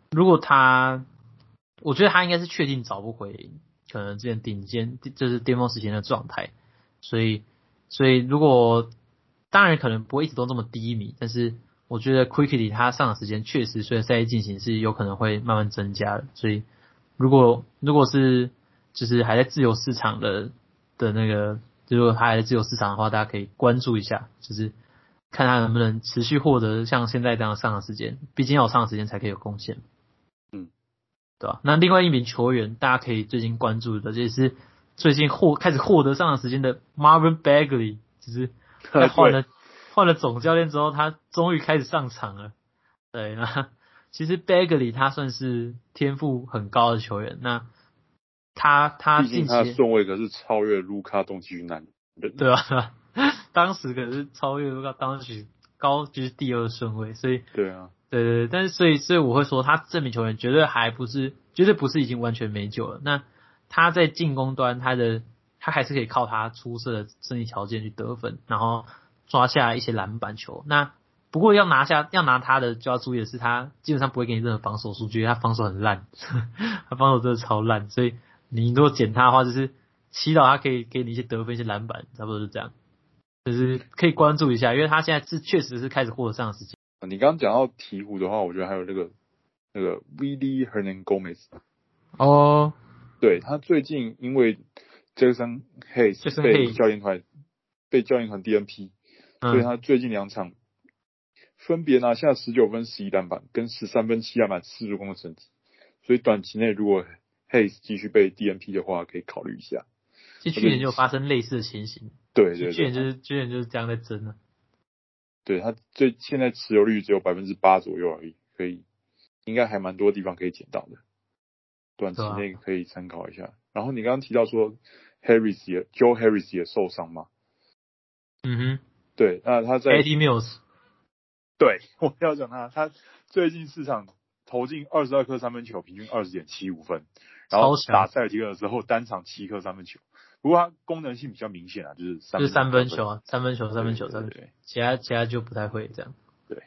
他应该是确定找不回可能之前顶尖就是巅峰时期的状态，所以如果当然可能不会一直都这么低迷，但是我觉得 Quickly 他上场时间确实随着赛季进行是有可能会慢慢增加的，所以如果是就是还在自由市场的那个，如果他还在自由市场的话，大家可以关注一下，就是看他能不能持续获得像现在这样的上场时间，毕竟要有上场时间才可以有贡献。对吧？那另外一名球员，大家可以最近关注的，也是最近开始获得上场时间的 Marvin Bagley， 就是在换了总教练之后，他终于开始上场了。对，那其实 Bagley 他算是天赋很高的球员，那他近期他的顺位可是超越卢卡东契奇男人， 对吧？当时可是超越卢卡东契奇高就是第2顺位，所以对啊。 对，但是所以我会说，他这名球员绝对不是已经完全没救了。那他在进攻端，他还是可以靠他出色的身体条件去得分，然后抓下一些篮板球。那不过要拿他的就要注意的是，他基本上不会给你任何防守数据，他防守很烂，他防守真的超烂。所以你如果捡他的话，就是祈祷他可以给你一些得分、一些篮板，差不多是这样。就是可以关注一下，因为他现在确实是开始获得上的时间。 你刚刚讲到鹈鹕的话，我觉得还有那个 Willie Hernangomez。对，他最近因为 Jackson Hayes 被教练团DNP，所以他最近2场分别拿下19分、11篮板跟13分、7篮板、4助攻的成绩。所以短期内如果 Hayes 继续被 DNP 的话，可以考虑一下。 其实去年就发生类似的情形。 对， 去年就是这样在争了。 对，他现在持有率只有8%左右而已，所以应该还蛮多地方可以捡到的，短期内可以参考一下。然后你刚刚提到说Joe Harris 也受伤嘛？ 嗯哼， 对，那他在 Eddie Mills， 对，我要讲他最近4场投进22颗三分球，平均20.75分，然后打塞尔提克的时候单场7颗三分球。不过它功能性比较明显啊，就是三分球啊，三分球， 对， 其他就不太会这样。 对，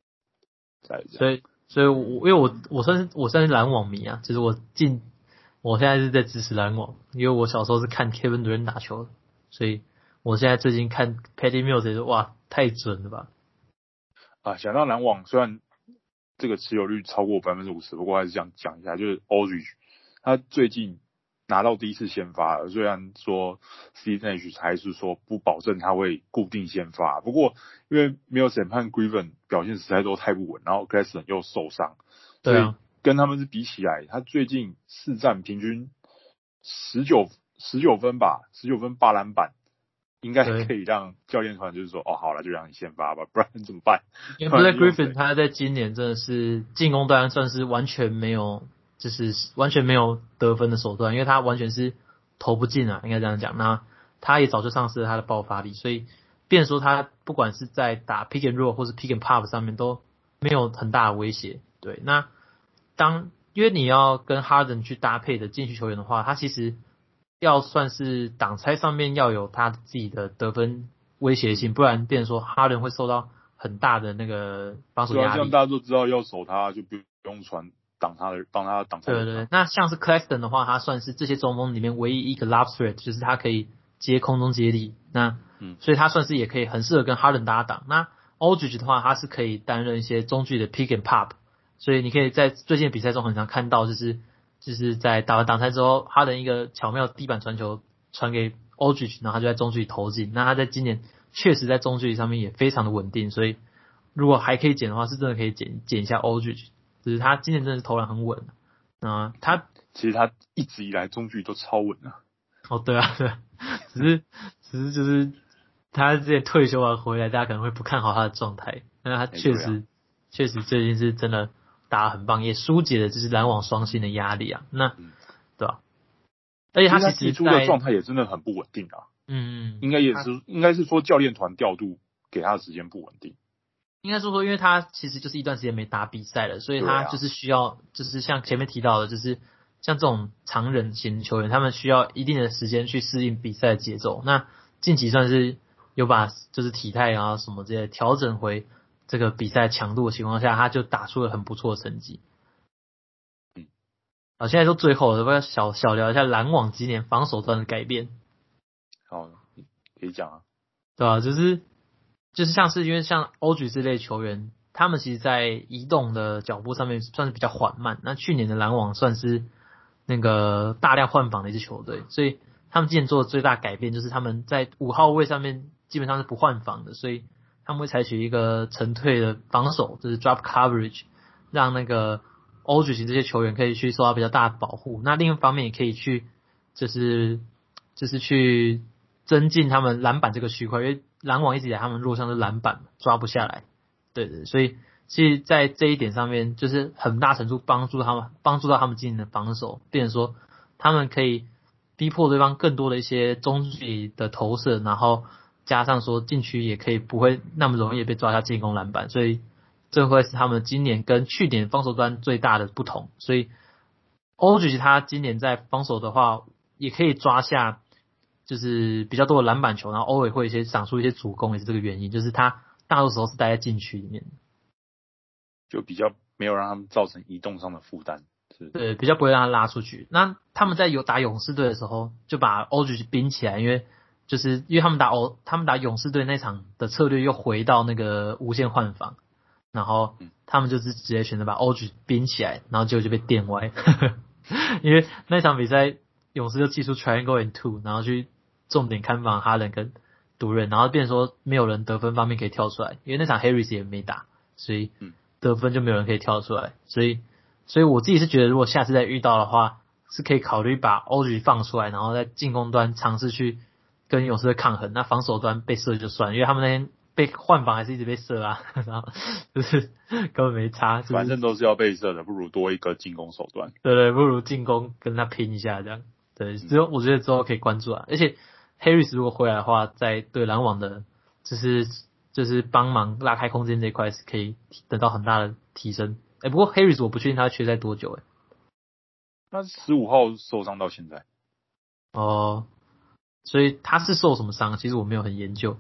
所以因为我算是篮网迷啊，就是我现在是在支持篮网，因为我小时候是看 Kevin Durant 打球的，所以我现在最近看 Patty Mills 也是哇，太准了吧！ 啊，想到篮网虽然这个持有率超过50%，不过还是想讲一下，就是 Aldridge 他最近拿到第一次先发了，虽然说 Steve Nash 还是说不保证他会固定先发，不过因为Millsap和 Griffin 表现实在都太不稳，然后 Claxton 又受伤，所以跟他们是比起来，他最近4战平均19分吧，19分8篮板，应该可以让教练团就是说，哦，好了，就让你先发吧，不然怎么办？ 因为 Blake Griffin 他在今年真的是进攻端算是完全没有得分的手段，因为他完全是投不进啊，应该这样讲。那他也早就丧失了他的爆发力，所以变成说他不管是在打 pick and roll 或是 pick and pop 上面都没有很大的威胁。对，那因为你要跟 Harden 去搭配的禁区球员的话，他其实要算是挡拆上面要有他自己的得分威胁性，不然变成说 Harden 会受到很大的那个防守压力。 像大家都知道要守他，就不用传帮他挡拆。 对，那像是 Claxton 的话，他算是这些中锋里面唯一一个 lob threat， 就是他可以接空中接力。那所以他算是也可以很适合跟 Harden 搭档。那 Aldridge 的话，他是可以担任一些中距的 pick and pop， 所以你可以在最近的比赛中很常看到，就是在打完挡拆之后，Harden一个巧妙的地板传球传给 Aldridge， 然后他就在中距离投进。那他在今年确实在中距离上面也非常的稳定，所以如果还可以捡的话，是真的可以捡一下 Aldridge， 就是他今年真的是投篮很稳。 其实他一直以来中距离都超稳啊。 哦，对啊，只是就是他之前退休完回来，大家可能会不看好他的状态，但是他确实最近是真的打得很棒，也疏解了就是篮网双星的压力啊。那对吧？而且他其实踢出的状态也真的很不稳定啊。应该是说教练团调度给他的时间不稳定。 应该说，因为他其实就是一段时间没打比赛了，所以他就是需要，就是像前面提到的，就是像这种常人型球员，他们需要一定的时间去适应比赛的节奏。那近期算是有把就是体态啊什么这些调整回这个比赛强度的情况下，他就打出了很不错的成绩。好，现在都最后了，要小聊一下篮网今年防守端的改变。 好，可以讲啊。 对啊，就是像是因为像Aldridge这类球员，他们其实在移动的脚步上面算是比较缓慢。那去年的篮网算是那个大量换防的一支球队，所以他们今年做的最大改变就是他们在5号位上面基本上是不换防的，所以他们会采取一个沉退的防守，就是 drop coverage， 让那个Aldridge这些球员可以去受到比较大的保护。那另一方面也可以去就是去增进他们篮板这个区块，因为篮网一直以来他们弱项是篮板抓不下来，对，所以其实在这一点上面就是很大程度帮助到他们今年的防守，变成说他们可以逼迫对方更多的一些中距离的投射，然后加上说禁区也可以不会那么容易被抓下进攻篮板，所以这会是他们今年跟去年防守端最大的不同。所以 Aldridge 他今年在防守的话也可以抓下就是比较多的篮板球，然后偶尔会长出一些主攻，也是这个原因，就是他大多时候是待在禁区里面， 就比较没有让他们造成移动上的负担。 对，比较不会让他拉出去。那他们在打勇士队的时候，就把 Aldridge 冰起来，因为他们打勇士队那场的策略又回到那个无限换防，然后他们就是直接选择把 Aldridge 冰起来，然后结果就被电歪，因为那场比赛勇士就祭出 triangle and two， 然后去重点看防哈登跟独人，然后变成说没有人得分方面可以跳出来，因为那场 Harris 也没打，所以得分就没有人可以跳出来，所以我自己是觉得如果下次再遇到的话，是可以考虑把 Aldridge 放出来，然后在进攻端尝试去跟勇士的抗衡，那防守端被射就算，因为他们那天被换防还是一直被射啊，然后就是根本没差，就是， 反正都是要被射的，不如多一个进攻手段。 对，不如进攻跟他拼一下这样。对，我觉得之后可以关注啊，而且 Harris 如果回来的话，在对篮网的，就是帮忙拉开空间这一块是可以得到很大的提升。不过 Harris 我不确定他缺赛多久他15号受伤到现在。 哦，所以他是受什么伤？其实我没有很研究。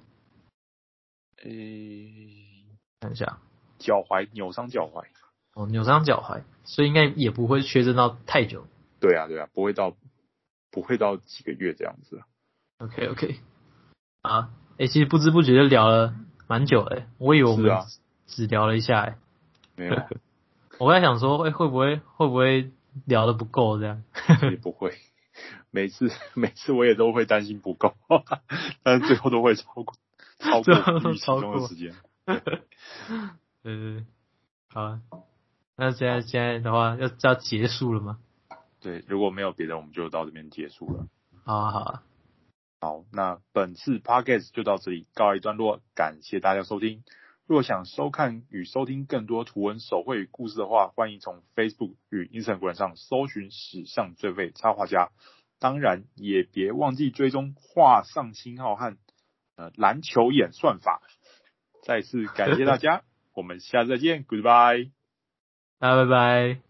看一下， 脚踝扭伤脚踝。 哦，扭伤脚踝，所以应该也不会缺阵到太久。 对啊，不会到几个月这样子。 OK， 啊，其实不知不觉就聊了蛮久了，我以为我们只聊了一下没有。 我刚才想说，会不会聊得不够这样？ 也不会，每次我也都会担心不够，但是最后都会超过预期中的时间。 对，好啊，那现在的话要结束了吗？ 对，如果没有别的，我们就到这边结束了。 好啊。 好，那本次 Podcast 就到这里告一段落，感谢大家收听。若想收看与收听更多图文手绘与故事的话，欢迎从 Facebook 与 Instagram 上搜寻史上最废插画家。当然也别忘记追踪画上星号和篮球演算法。再次感谢大家，我们下次再见 ，Goodbye， 大家拜拜。